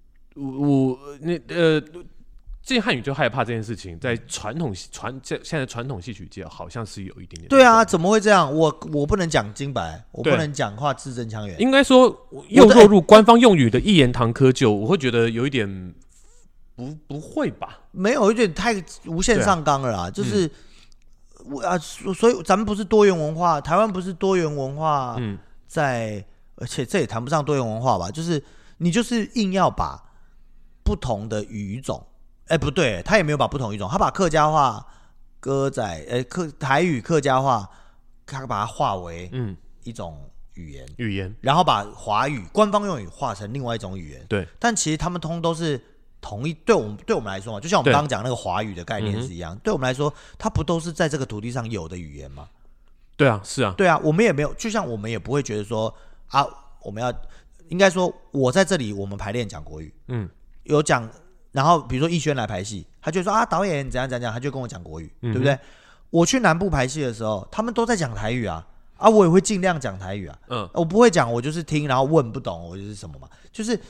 见汉语就害怕这件事情，在现在传统戏曲界好像是有一点点。 对啊，怎么会这样？我不能讲京白，我不能讲话字正腔圆。 应该说又落入官方用语的一言堂窠臼，我会觉得有一点不会吧？ 没有，有点太无限上纲了啦。就是所以咱们不是多元文化，台湾不是多元文化而且这也谈不上多元文化吧，就是你就是硬要把不同的语种，不对，他也没有把不同语种，他把客家话、台语、客家话，他把它化为一种语言，然后把华语官方用语化成另外一种语言， 对，但其实他们都是同一，对我们来说嘛，就像我们刚刚讲那个华语的概念是一样，对我们来说，它不都是在这个土地上有的语言吗？ 对啊，是啊， 对啊，我们也没有，就像我们也不会觉得说我们要应该说，我在这里我们排练讲国语，有讲，然后比如说逸轩来排戏，他就说导演怎样怎样，他就跟我讲国语，对不对？我去南部排戏的时候，他们都在讲台语我也会尽量讲台语我不会讲，我就是听，然后问不懂，我就是什么嘛，就是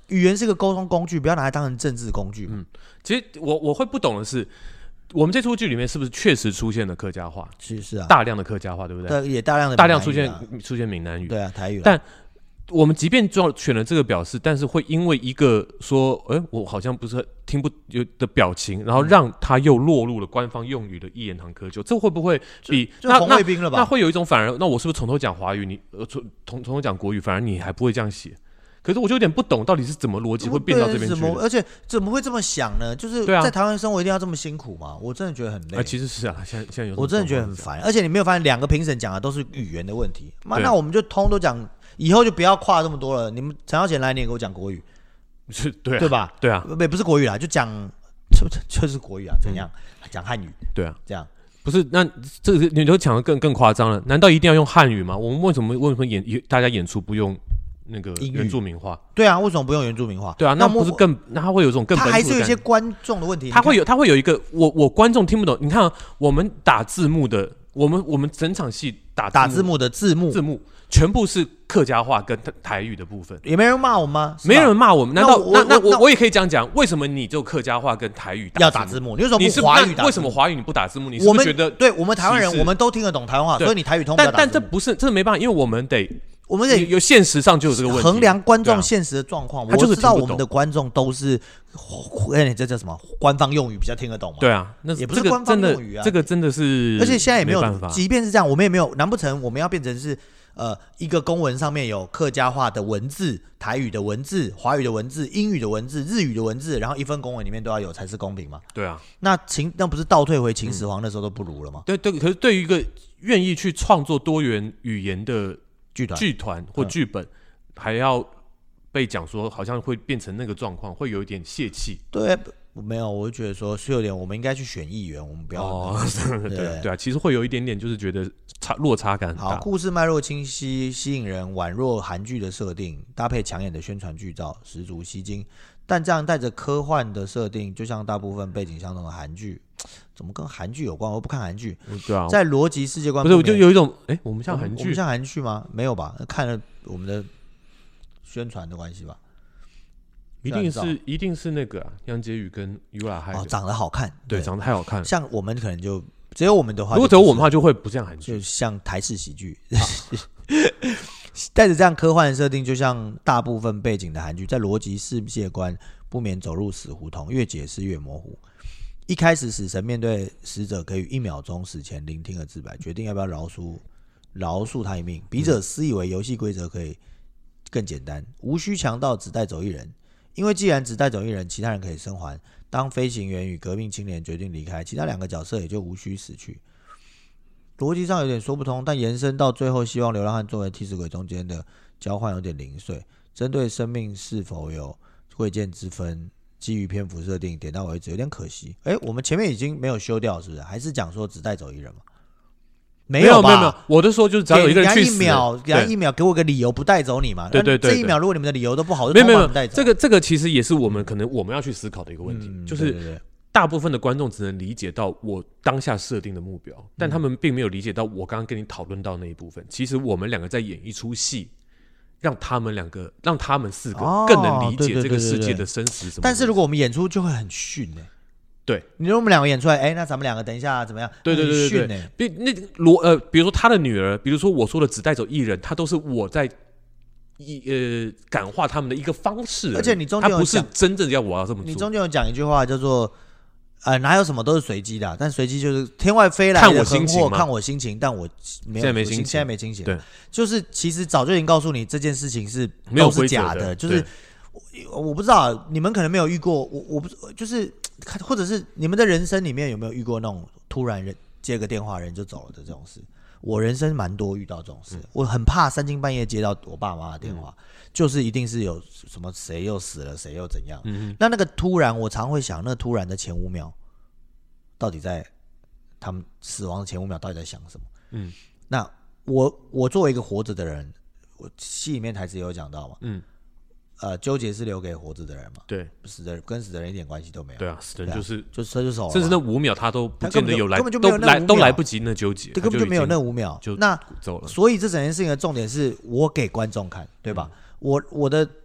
语言是个沟通工具，不要拿来当成政治工具。 其实我会不懂的是，我们这出剧里面是不是确实出现了客家话？ 是啊， 大量的客家话，对不对？ 对，也大量出现闽南语。 对啊，台语。 但我们即便选了这个表示，但是会因为一个说，我好像不是听不有的表情，然后让他又落入了官方用语的一言堂窠臼，这会不会比就红卫兵了吧？ 那会有一种反而，那我是不是从头讲华语，你从头讲国语，反而你还不会这样写？可是我就有点不懂，到底是怎么逻辑会变到这边去？ 而且怎么会这么想呢？就是在台湾生活一定要这么辛苦吗？我真的觉得很累。 其实是啊，现在有， 我真的觉得很烦。而且你没有发现2个评审讲的都是语言的问题？那我们就通都讲。以后就不要跨这么多了。你们陈小贤来，你也给我讲国语， 对吧？ 对啊， 不是国语啦，就讲就是国语啊，怎样讲汉语？ 对啊， 这样不是？那这个你都讲的更夸张了。难道一定要用汉语吗？我们为什么大家演出不用那个原住民话？ 对啊，为什么不用原住民话？ 对啊，那不是那他会有一种更本土的感觉。 他还是有一些观众的问题。 他会有一个我观众听不懂。你看我们打字幕的，我们整场戏打字幕的字幕。 全部是客家话跟台语的部分， 也没人骂我们吗？ 没人骂我们，难道我也可以这样讲？为什么你就客家话跟台语要打字幕？你为什么不华语打字幕？ 为什么华语你不打字幕？你是不是觉得对我们台湾人，我们都听得懂台湾话，所以你台语通不了打字幕？ 但这不是，这没办法，因为我们得有现实上就有这个问题， 衡量观众现实的状况。我知道我们的观众都是，这叫什么官方用语比较听得懂嘛？ 对啊，那也不是官方用语啊， 这个真的是， 而且现在也没有办法。 即便是这样，我们也没有，难不成我们要变成是？一个公文上面有客家话的文字、台语的文字、华语的文字、英语的文字、日语的文字，然后一份公文里面都要有才是公平吗？ 对啊， 那不是倒退回秦始皇那时候都不如了吗？ 对，可是对于一个愿意去创作多元语言的剧团或剧本，还要被讲说好像会变成那个状况，会有一点泄气。 对。没有，我就觉得说是有点，我们应该去选议员，我们不要。 对啊，其实会有一点点，就是觉得落差感很大。 好，故事脉络清晰，吸引人，宛若韩剧的设定，搭配抢眼的宣传剧照，十足吸睛。但这样带着科幻的设定，就像大部分背景相同的韩剧，怎么跟韩剧有关？我不看韩剧。 对啊， 在逻辑世界观不是，我就有一种，我们像韩剧， 我们像韩剧吗？没有吧？看了我们的宣传的关系吧。 一定是那个杨洁宇跟 Yula 害的长得好看， 对，长得太好看。 像我们可能就只有我们的话， 如果只有我们的话，就会不像韩剧， 就像台式喜剧。带着这样科幻的设定，就像大部分背景的韩剧，在逻辑世界观不免走入死胡同，越解释越模糊。一开始死神面对死者给予1秒钟死前聆听的自白，决定要不要饶恕他一命。笔者私以为游戏规则可以更简单，无需强盗只带走一人。因为既然只带走一人，其他人可以生还。当飞行员与革命青年决定离开，其他2个角色也就无需死去。逻辑上有点说不通，但延伸到最后，希望流浪汉作为替死鬼中间的交换有点零碎。针对生命是否有贵贱之分，基于篇幅设定，点到为止，有点可惜。我们前面已经没有修掉，是不是？还是讲说只带走一人吗？没有， 我的说就是只要有一个人去死， 给他1秒，给我个理由不带走你嘛。 对， 这1秒如果你们的理由都不好， 没有，这个其实也是我们要去思考的一个问题，就是大部分的观众只能理解到我当下设定的目标，但他们并没有理解到我刚刚跟你讨论到那一部分。其实我们2个在演一出戏，让他们4个更能理解这个世界的生死什么。 但是如果我们演出就会很逊对， 你说我们2个演出来，那咱们2个等一下怎么样？ 对，比如说他的女儿，比如说我说的只带走一人，他都是我在感化他们的一个方式， 而且你中间他不是真正要我要这么做。 你中间有讲一句话叫做哪有什么都是随机的，但随机就是天外飞来的看我心情， 看我心情，但我现在没心情， 现在没心情。 对， 就是其实早就已经告诉你这件事情是都是假的，就是我不知道你们可能没有遇过，我不就是或者是你们的人生里面有没有遇过那种突然人接个电话人就走了的这种事？我人生蛮多遇到这种事，我很怕3更半夜接到我爸妈的电话，就是一定是有什么谁又死了，谁又怎样。那个突然，我常会想，那突然的前5秒，到底在他们死亡的前5秒到底在想什么？那我作为一个活着的人，我戏里面台词也有讲到嘛，纠结是留给活着的人嘛， 对， 跟死的人一点关系都没有。 对啊，死人就是他就走了， 甚至那5秒他都不见得有来， 根本就没有那5秒都来不及那纠结， 根本就没有那5秒就那走了。 所以这整件事情的重点是我给观众看，对吧？我的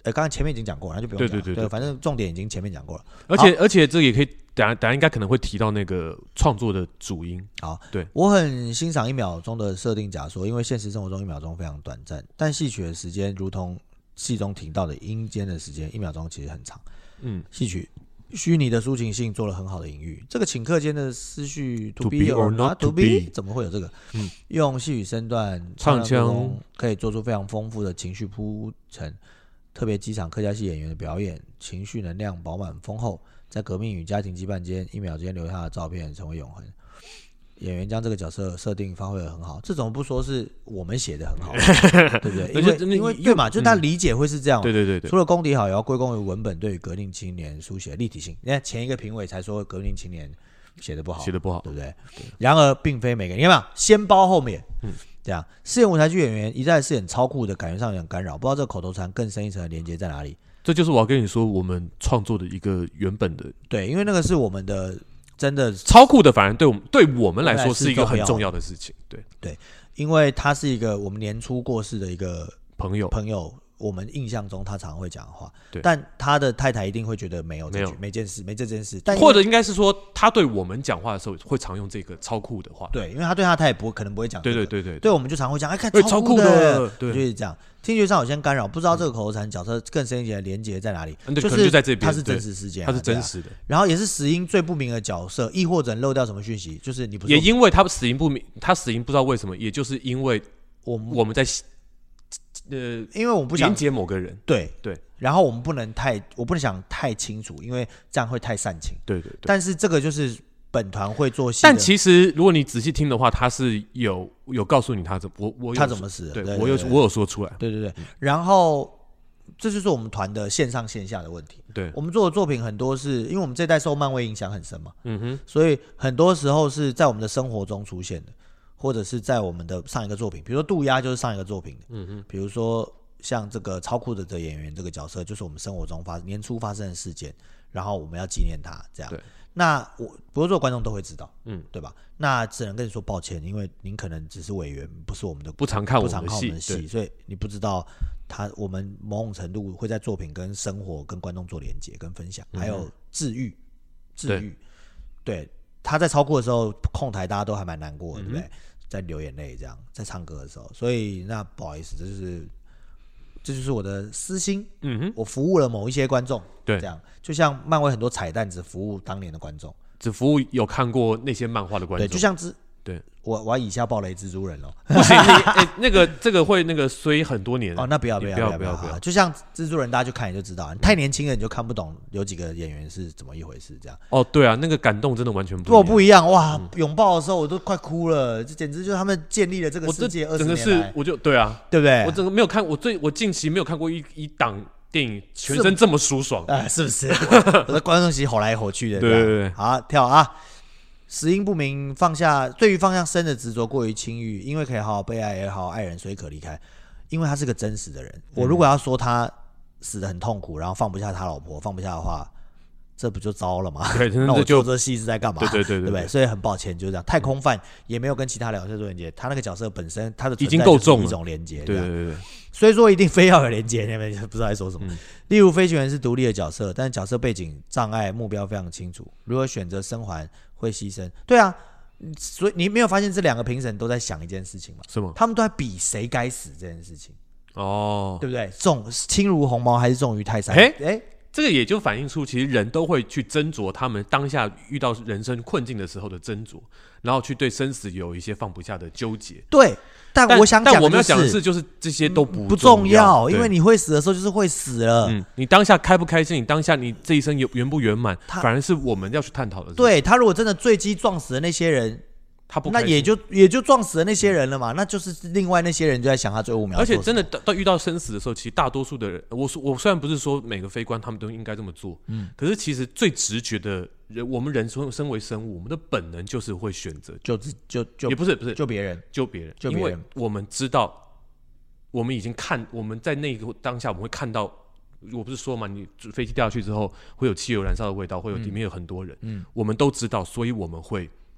刚才前面已经讲过了，那就不用讲了。对，反正重点已经前面讲过了。 而且这个也可以，等下应该可能会提到那个创作的主因。 好， 对， 我很欣赏1秒钟的设定假说，因为现实生活中1秒钟非常短暂，但戏曲的时间如同戏中提到的阴间的时间，1秒钟其实很长。戏曲虚拟的抒情性做了很好的隐喻。这个顷刻间的思绪 to be or not to be 怎么会有这个？用戏曲身段唱腔可以做出非常丰富的情绪铺陈，特别几场客家戏演员的表演，情绪能量饱满丰厚，在革命与家庭羁绊间1秒间留下的照片成为永恒。演员将这个角色设定发挥得很好，这种不说是我们写的很好，对不对？因为对嘛，就是他理解会是这样。 对， 除了功底好，也要归功于文本对于革命青年书写的立体性。你看前一个评委才说革命青年写得不好，对不对？然而并非每个人，你看嘛，先包后面，这样饰演舞台剧演员一再饰演超酷的，感觉上有点干扰，不知道这个口头禅更深一层的连接在哪里。 这就是我要跟你说，我们创作的一个原本的， 对，因为那个是我们的。真的超酷的，反而对我们来说是一个很重要的事情。对， 因为他是一个我们年初过世的一个朋友， 我们印象中他常常会讲话， 对， 但他的太太一定会觉得没这件事，但或者应该是说他对我们讲话的时候会常用这个超酷的话， 对，因为他对他也可能不会讲、这个， 对， 我们就常会讲，看超酷的， 对，就是这样。听觉上有些干扰，不知道这个口头禅角色更深一点的连结在哪里， 就是在这边， 它是真实事件， 它是真实的， 然后也是死因最不明的角色，亦或者漏掉什么讯息，就是你不也因为他死因不明，他死因不知道为什么，也就是因为我们在因为我不想连接某个人， 对，然后我不能想太清楚，因为这样会太煽情， 对， 但是这个就是本团会做戏， 但其实如果你仔细听的话，他是有告诉你他怎么死的，对，我有说出来， 对，然后这就是我们团的线上线下的问题。 对， 我们做的作品很多是因为我们这代受漫威影响很深嘛，所以很多时候是在我们的生活中出现的，或者是在我们的上一个作品，比如说渡鸦就是上一个作品的，比如说像这个超酷的演员这个角色，就是我们生活中年初发生的事件，然后我们要纪念他这样。 对，那不是说观众都会知道，对吧？那只能跟你说抱歉，因为您可能只是委员，不是我们的不常看我们的戏，所以你不知道我们某种程度会在作品跟生活跟观众做连接跟分享，还有治愈。对，他在超酷的时候控台大家都还蛮难过的，对不对？在流眼泪这样，在唱歌的时候，所以那不好意思，这就是我的私心。我服务了某一些观众， 对， 这样就像漫威很多彩蛋只服务当年的观众， 只服务有看过那些漫画的观众。 对，就像对， 我要以下暴雷蜘蛛人了， 不行，这个会衰很多年哦，那不要，就像蜘蛛人，大家就看你就知道，你太年轻了你就看不懂有几个演员是怎么一回事，这样。 哦，对啊，那个感动真的完全不一样，哇！拥抱的时候我都快哭了，这简直就是他们建立了这个世界20年来， 对啊， 对不对？ 我整个没有看，我近期没有看过一档电影全身这么舒爽， 是不是？我的观众席吼来吼去的， 对， 好跳啊！死因不明，对于放下生的执着过于轻郁，因为可以好好被爱也好好爱人，所以可离开。因为他是个真实的人，我如果要说他死得很痛苦，然后放不下他老婆，放不下的话，这不就糟了吗？ 对， 那我做这戏是在干嘛？ 对不对？所以很抱歉，就这样，太空泛，也没有跟其他角色做连接。他那个角色本身，他的已经够重了， 一种连接。 对。 所以说一定非要有连接，你们不知道在说什么。例如飞行员是独立的角色，但角色背景、障碍、目标非常清楚，如何选择生还会牺牲。对啊，所以你没有发现这两个评审都在想一件事情吗？ 什么？ 他们都在比谁该死这件事情。 哦， 对不对？轻如鸿毛还是重于泰山？ 这个也就反映出，其实人都会去斟酌他们当下遇到人生困境的时候的斟酌，然后去对生死有一些放不下的纠结。 对，但我想讲的是， 但我们要讲的是，就是这些都不重要，因为你会死的时候就是会死了。 你当下开不开心，你当下你这一生圆不圆满，反而是我们要去探讨的事情。 对，他如果真的坠机撞死的那些人，那也就撞死了那些人了嘛，那就是另外那些人就在想他最后5秒。 而且真的到遇到生死的时候，其实大多数的人，我虽然不是说每个非官他们都应该这么做，可是其实最直觉的人，我们人身为生物，我们的本能就是会选择就也不是救别人， 因为我们知道，我们已经我们在那个当下我们会看到。我不是说嘛，你飞机掉下去之后会有汽油燃烧的味道，会有里面有很多人，我们都知道，所以我们会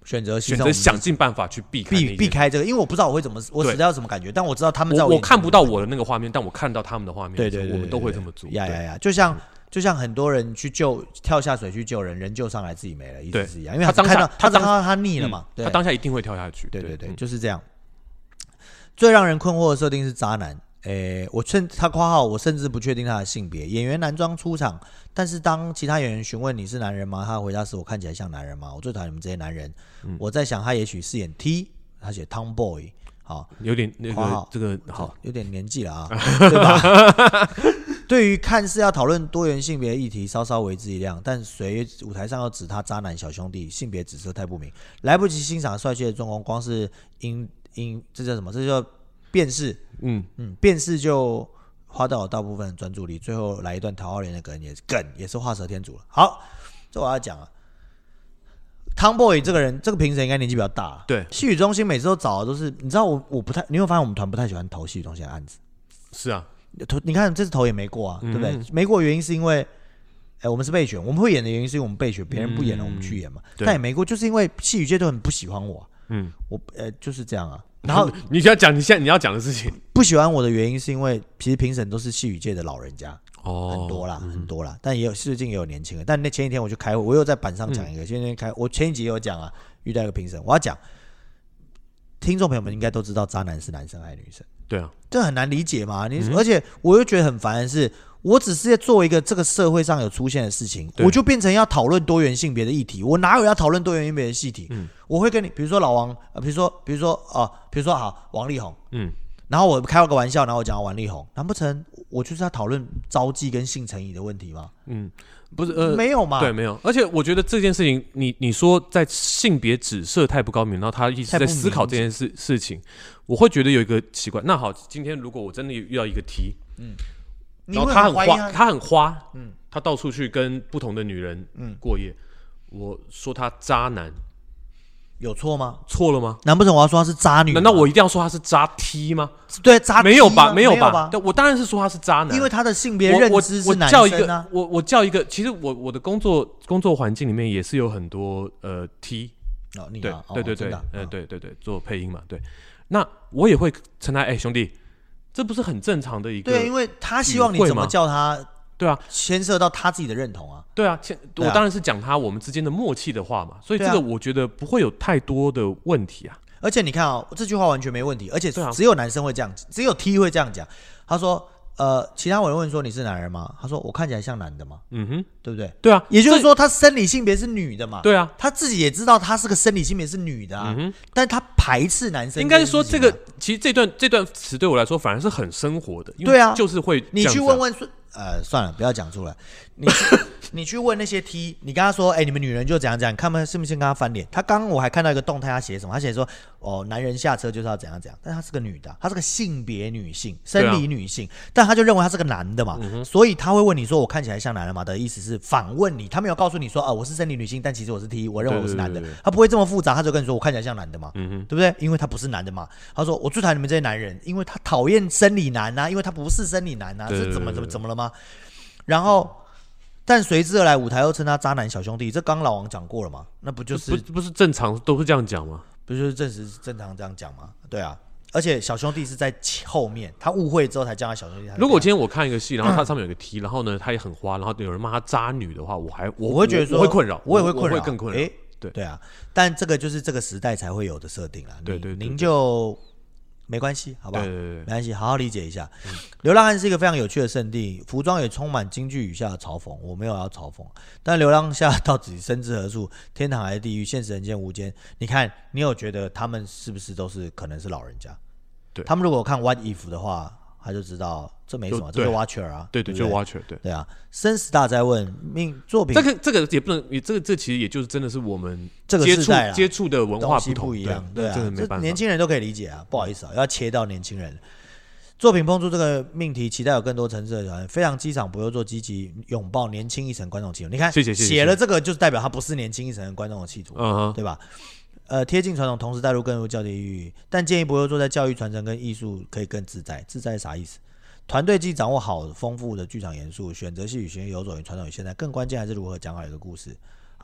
选择想尽办法去避开这个，因为我不知道我死掉什么感觉，但我知道他们在我看不到我的那个画面，但我看到他们的画面， 对， 我们都会这么做。 就像很多人去跳下水去救人，人救上来自己没了，意思是一样，因为他当下他腻了嘛， 他当下一定会跳下去。 对，就是这样。最让人困惑的设定是渣男。他括号，我甚至不确定他的性别。演员男装出场，但是当其他演员询问你是男人吗？他回答是我看起来像男人吗？我最讨厌你们这些男人。我在想他也许饰演 T， 他写 Tomboy， 好， 有点那个这个好， 有点年纪了啊，对吧？对于看似要讨论多元性别的议题，稍为之一亮，但随舞台上又指他渣男小兄弟，性别指涉太不明，来不及欣赏帅气的重功，光是这叫什么？这叫辨识，辨识就花掉了大部分专注力，最后来一段桃花源的梗也是画蛇添足了。好，这我要讲啊。Tomboy 这个人，这个评审应该年纪比较大。 对， 戏曲中心每次都找的都是，你知道我不太，你有发现我们团不太喜欢投戏曲中心的案子。 是啊， 你看这次投也没过啊，对不对？没过的原因是因为，我们是备选，我们会演的原因是因为我们备选，别人不演了我们去演嘛。但也没过，就是因为戏曲界都很不喜欢我。我就是这样啊。然后你要讲你现在你要讲的事情， 不喜欢我的原因是因为其实评审都是戏曲界的老人家，很多啦，但最近也有年轻人。但前几天我去开会，我又在板上讲一个，我前一集也有讲啊，遇到一个评审，我要讲，听众朋友们应该都知道渣男是男生还是女生， 对啊， 这很难理解嘛。而且我又觉得很烦的是，我只是在做一个这个社会上有出现的事情，我就变成要讨论多元性别的议题。我哪有要讨论多元性别的议题？我会跟你，比如说老王，比如说好王力宏，然后我开了个玩笑，然后我讲王力宏，难不成我就是要讨论招妓跟性成瘾的问题吗？ 不是没有嘛？ 对，没有。而且我觉得这件事情，你说在性别指涉太不高明，然后他一直在思考这件事情，我会觉得有一个奇怪。那好，今天如果我真的遇到一个 T，然后他很花，他到处去跟不同的女人过夜，我说他渣男， 有错吗？ 错了吗？ 难不成我要说他是渣女？ 难道我一定要说他是渣 T 吗？ 对，渣 T 没有吧？没有吧？我当然是说他是渣男， 因为他的性别认知是男生啊。 我叫一个，其实我的工作环境里面也是有很多T， 对，做配音嘛，对。那我也会称他兄弟，这不是很正常的一个？ 对，因为他希望你怎么叫他。 对啊， 牵涉到他自己的认同啊。 对啊，我当然是讲我们之间的默契的话嘛，所以这个我觉得不会有太多的问题啊。 而且你看啊，这句话完全没问题，而且只有男生会这样，只有 T 会这样讲。他说，其他人问说你是男人吗？他说我看起来像男的吗？对不对？ 对啊， 也就是说他生理性别是女的嘛。 对啊， 他自己也知道他是个生理性别是女的啊，但他排斥男生。 应该是说这个，其实这段词对我来说反而是很生活的， 对啊， 就是会你去问问说。算了，不要讲出来。你去问那些 T， 你跟他说，你们女人就怎样怎样，看信不信跟他翻脸？他刚刚我还看到一个动态，他写什么？他写说，男人下车就是要怎样怎样，但她是个女的，她是个性别女性，生理女性，但他就认为她是个男的嘛，所以他会问你说，我看起来像男人吗？的意思是反问你，他没有告诉你说，我是生理女性，但其实我是 T， 我认为我是男的，他不会这么复杂，他就跟你说，我看起来像男的嘛，对不对？因为他不是男的嘛。他说，我最讨厌你们这些男人，因为他讨厌生理男啊，因为他不是生理男啊，这怎么了吗？然后，但随之而来，舞台又称他渣男小兄弟，这刚老王讲过了嘛？那不就是不是正常都是这样讲吗？ 不就是正常这样讲吗？对啊，而且小兄弟是在后面，他误会之后才叫他小兄弟。 如果今天我看一个戏，然后他上面有个 T， 然后呢他也很花，然后有人骂他渣女的话，我会觉得说我会困扰， 我也会困扰， 我会更困扰。 对啊，但这个就是这个时代才会有的设定啦。 对， 您就。没关系，好不好？ 对， 没关系，好好理解一下。流浪汉是一个非常有趣的圣地，服装也充满京剧语下的嘲讽。我没有要嘲讽，但流浪下到底身之何处？天堂还是地狱？现实人间无间？你看，你有觉得他们是不是都是可能是老人家？ 对， 他们如果看 What If 的话，他就知道这没什么，这是 Watcher 啊， 对，就是 Watcher， 对啊。生死大灾问作品， 这个也不能，这其实也就是真的是我们这个世代接触的文化不一样，对啊， 这个没办法， 年轻人都可以理解啊，不好意思啊，要切到年轻人。作品碰触这个命题，期待有更多层次的讨论。非常激场，不用做积极拥抱年轻一层观众企图。你看， 谢写了这个，就是代表他不是年轻一层的观众的企图，对吧？贴近传统，同时带入更多教育意义，但建议不会做在教育传承跟艺术可以更自在。自在是啥意思？团队既掌握好丰富的剧场元素，选择戏与学游走于传统与现代，更关键还是如何讲好一个故事。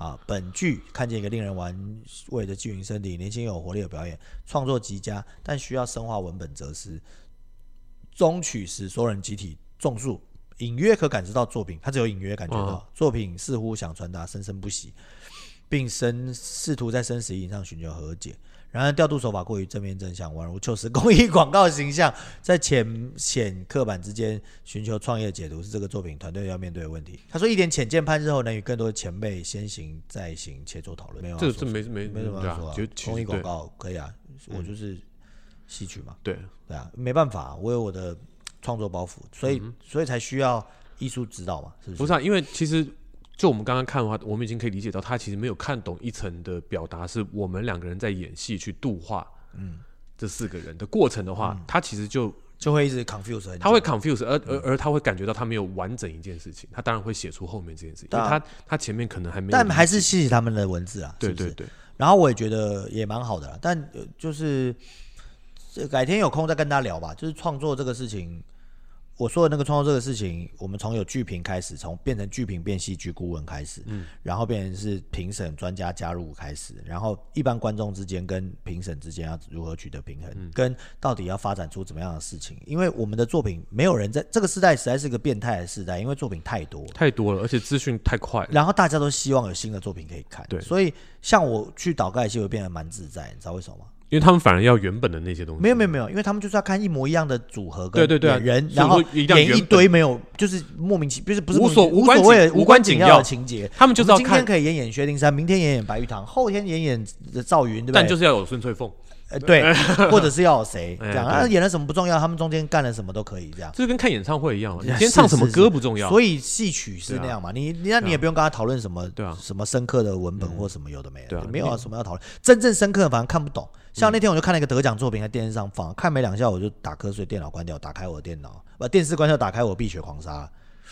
啊，本剧看见一个令人玩味的纪云森体，年轻有活力的表演，创作极佳，但需要深化文本哲思。中曲时，所有人集体种树，隐约可感知到作品，他只有隐约感觉到、作品似乎想传达生生不息，并试图在生死议题上寻求和解。然而调度手法过于正面正向，宛如旧时公益广告形象，在浅显刻板之间寻求创业解读，是这个作品团队要面对的问题。他说一点浅见判日后能与更多的前辈先行再行且做讨论。没有这没什么要说啊，公益广告可以啊，我就是戏曲嘛， 对啊，没办法，我有我的创作包袱，所以才需要艺术指导嘛，是不是？ 不是啊，因为其实就我们刚刚看的话，我们已经可以理解到，他其实没有看懂一层的表达，是我们两个人在演戏去度化，这4个人的过程的话，他其实就会一直 confuse 很久， 他会 confuse， 而他会感觉到他没有完整一件事情，他当然会写出后面这件事情，因为他前面可能还没有， 但还是谢谢他们的文字啊， 对对对。 然后我也觉得也蛮好的啦，但就是改天有空再跟大家聊吧，就是创作这个事情。我说的那个创作这个事情，我们从有剧评开始，从变成剧评变戏剧顾问开始，然后变成是评审专家加入开始，然后一般观众之间跟评审之间要如何取得平衡，跟到底要发展出怎么样的事情。因为我们的作品没有人在这个时代实在是个变态的时代，因为作品太多了，而且资讯太快了， 然后大家都希望有新的作品可以看，对，所以像我去导盖戏会变得蛮自在，你知道为什么吗？ 因为他们反而要原本的那些东西。 没有，因为他们就是要看一模一样的组合跟演人， 对， 然后演一堆没有，就是莫名其妙，不是无所谓的无关紧要的情节。 他们就是要看， 今天可以演薛丁山，明天演白玉堂，后天演赵云，对不对？ 但就是要有孙翠凤。 对，或者是要有谁这样，他演了什么不重要，他们中间干了什么都可以这样。 这跟看演唱会一样，你今天唱什么歌不重要。 所以戏曲是那样嘛，你也不用跟他讨论什么，什么深刻的文本或什么有的没的，没有什么要讨论。真正深刻的反正看不懂。像那天我就看了一个得奖作品在电视上放，看没2下我就打瞌睡，电脑关掉，打开我的电脑，把电视关掉，打开我的《碧血狂杀》。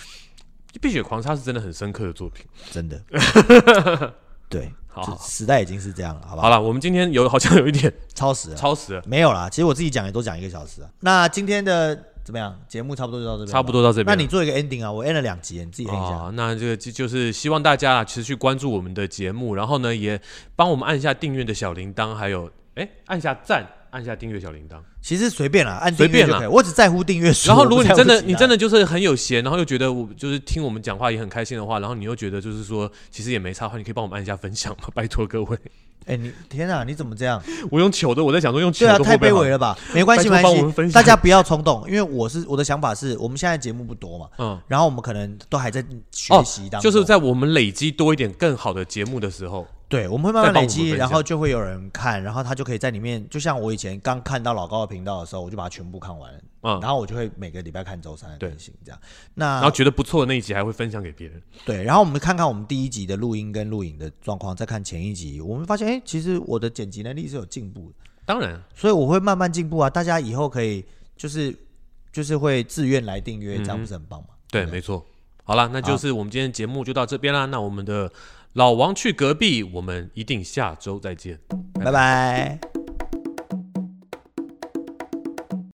《碧血狂杀》是真的很深刻的作品， 真的。对，好，时代已经是这样了，好不好？ 好了，我们今天好像有一点超时了， 没有啦。其实我自己讲也都讲1个小时啊。那今天的怎么样？节目差不多就到这边， 差不多到这边。 那你做一个 ending 啊，我 end 了2集，你自己 end 一下。 那这个就是希望大家持续关注我们的节目，然后呢，也帮我们按下订阅的小铃铛，还有按下赞。按下订阅小铃铛， 其实随便啦，按订阅就可以。我只在乎订阅数。 然后，如果你真的就是很有闲，然后又觉得我就是听我们讲话也很开心的话，然后你又觉得就是说其实也没差的话，你可以帮我们按一下分享嘛，拜托各位。 你天哪，你怎么这样？ 我用糗的，我在想说用糗的对啊，太卑微了吧？没关系，大家不要冲动，因为我的想法是我们现在节目不多嘛，然后我们可能都还在学习当中， 就是在我们累积多一点更好的节目的时候。 对，我们会慢慢累积，然后就会有人看，然后他就可以在里面，就像我以前刚看到老高的频道的时候，我就把它全部看完，然后我就会每个礼拜看周3的更新，这样。然后觉得不错的那一集还会分享给别人。 对，然后我们看看我们第1集的录音跟录影的状况，再看前1集，我们发现，其实我的剪辑能力是有进步的。 当然， 所以我会慢慢进步啊，大家以后可以就是会自愿来订阅，这样不是很棒吗？ 对，没错。好了，那就是我们今天节目就到这边啦。那我们的老王去隔壁，我们一定下周再见， 拜拜。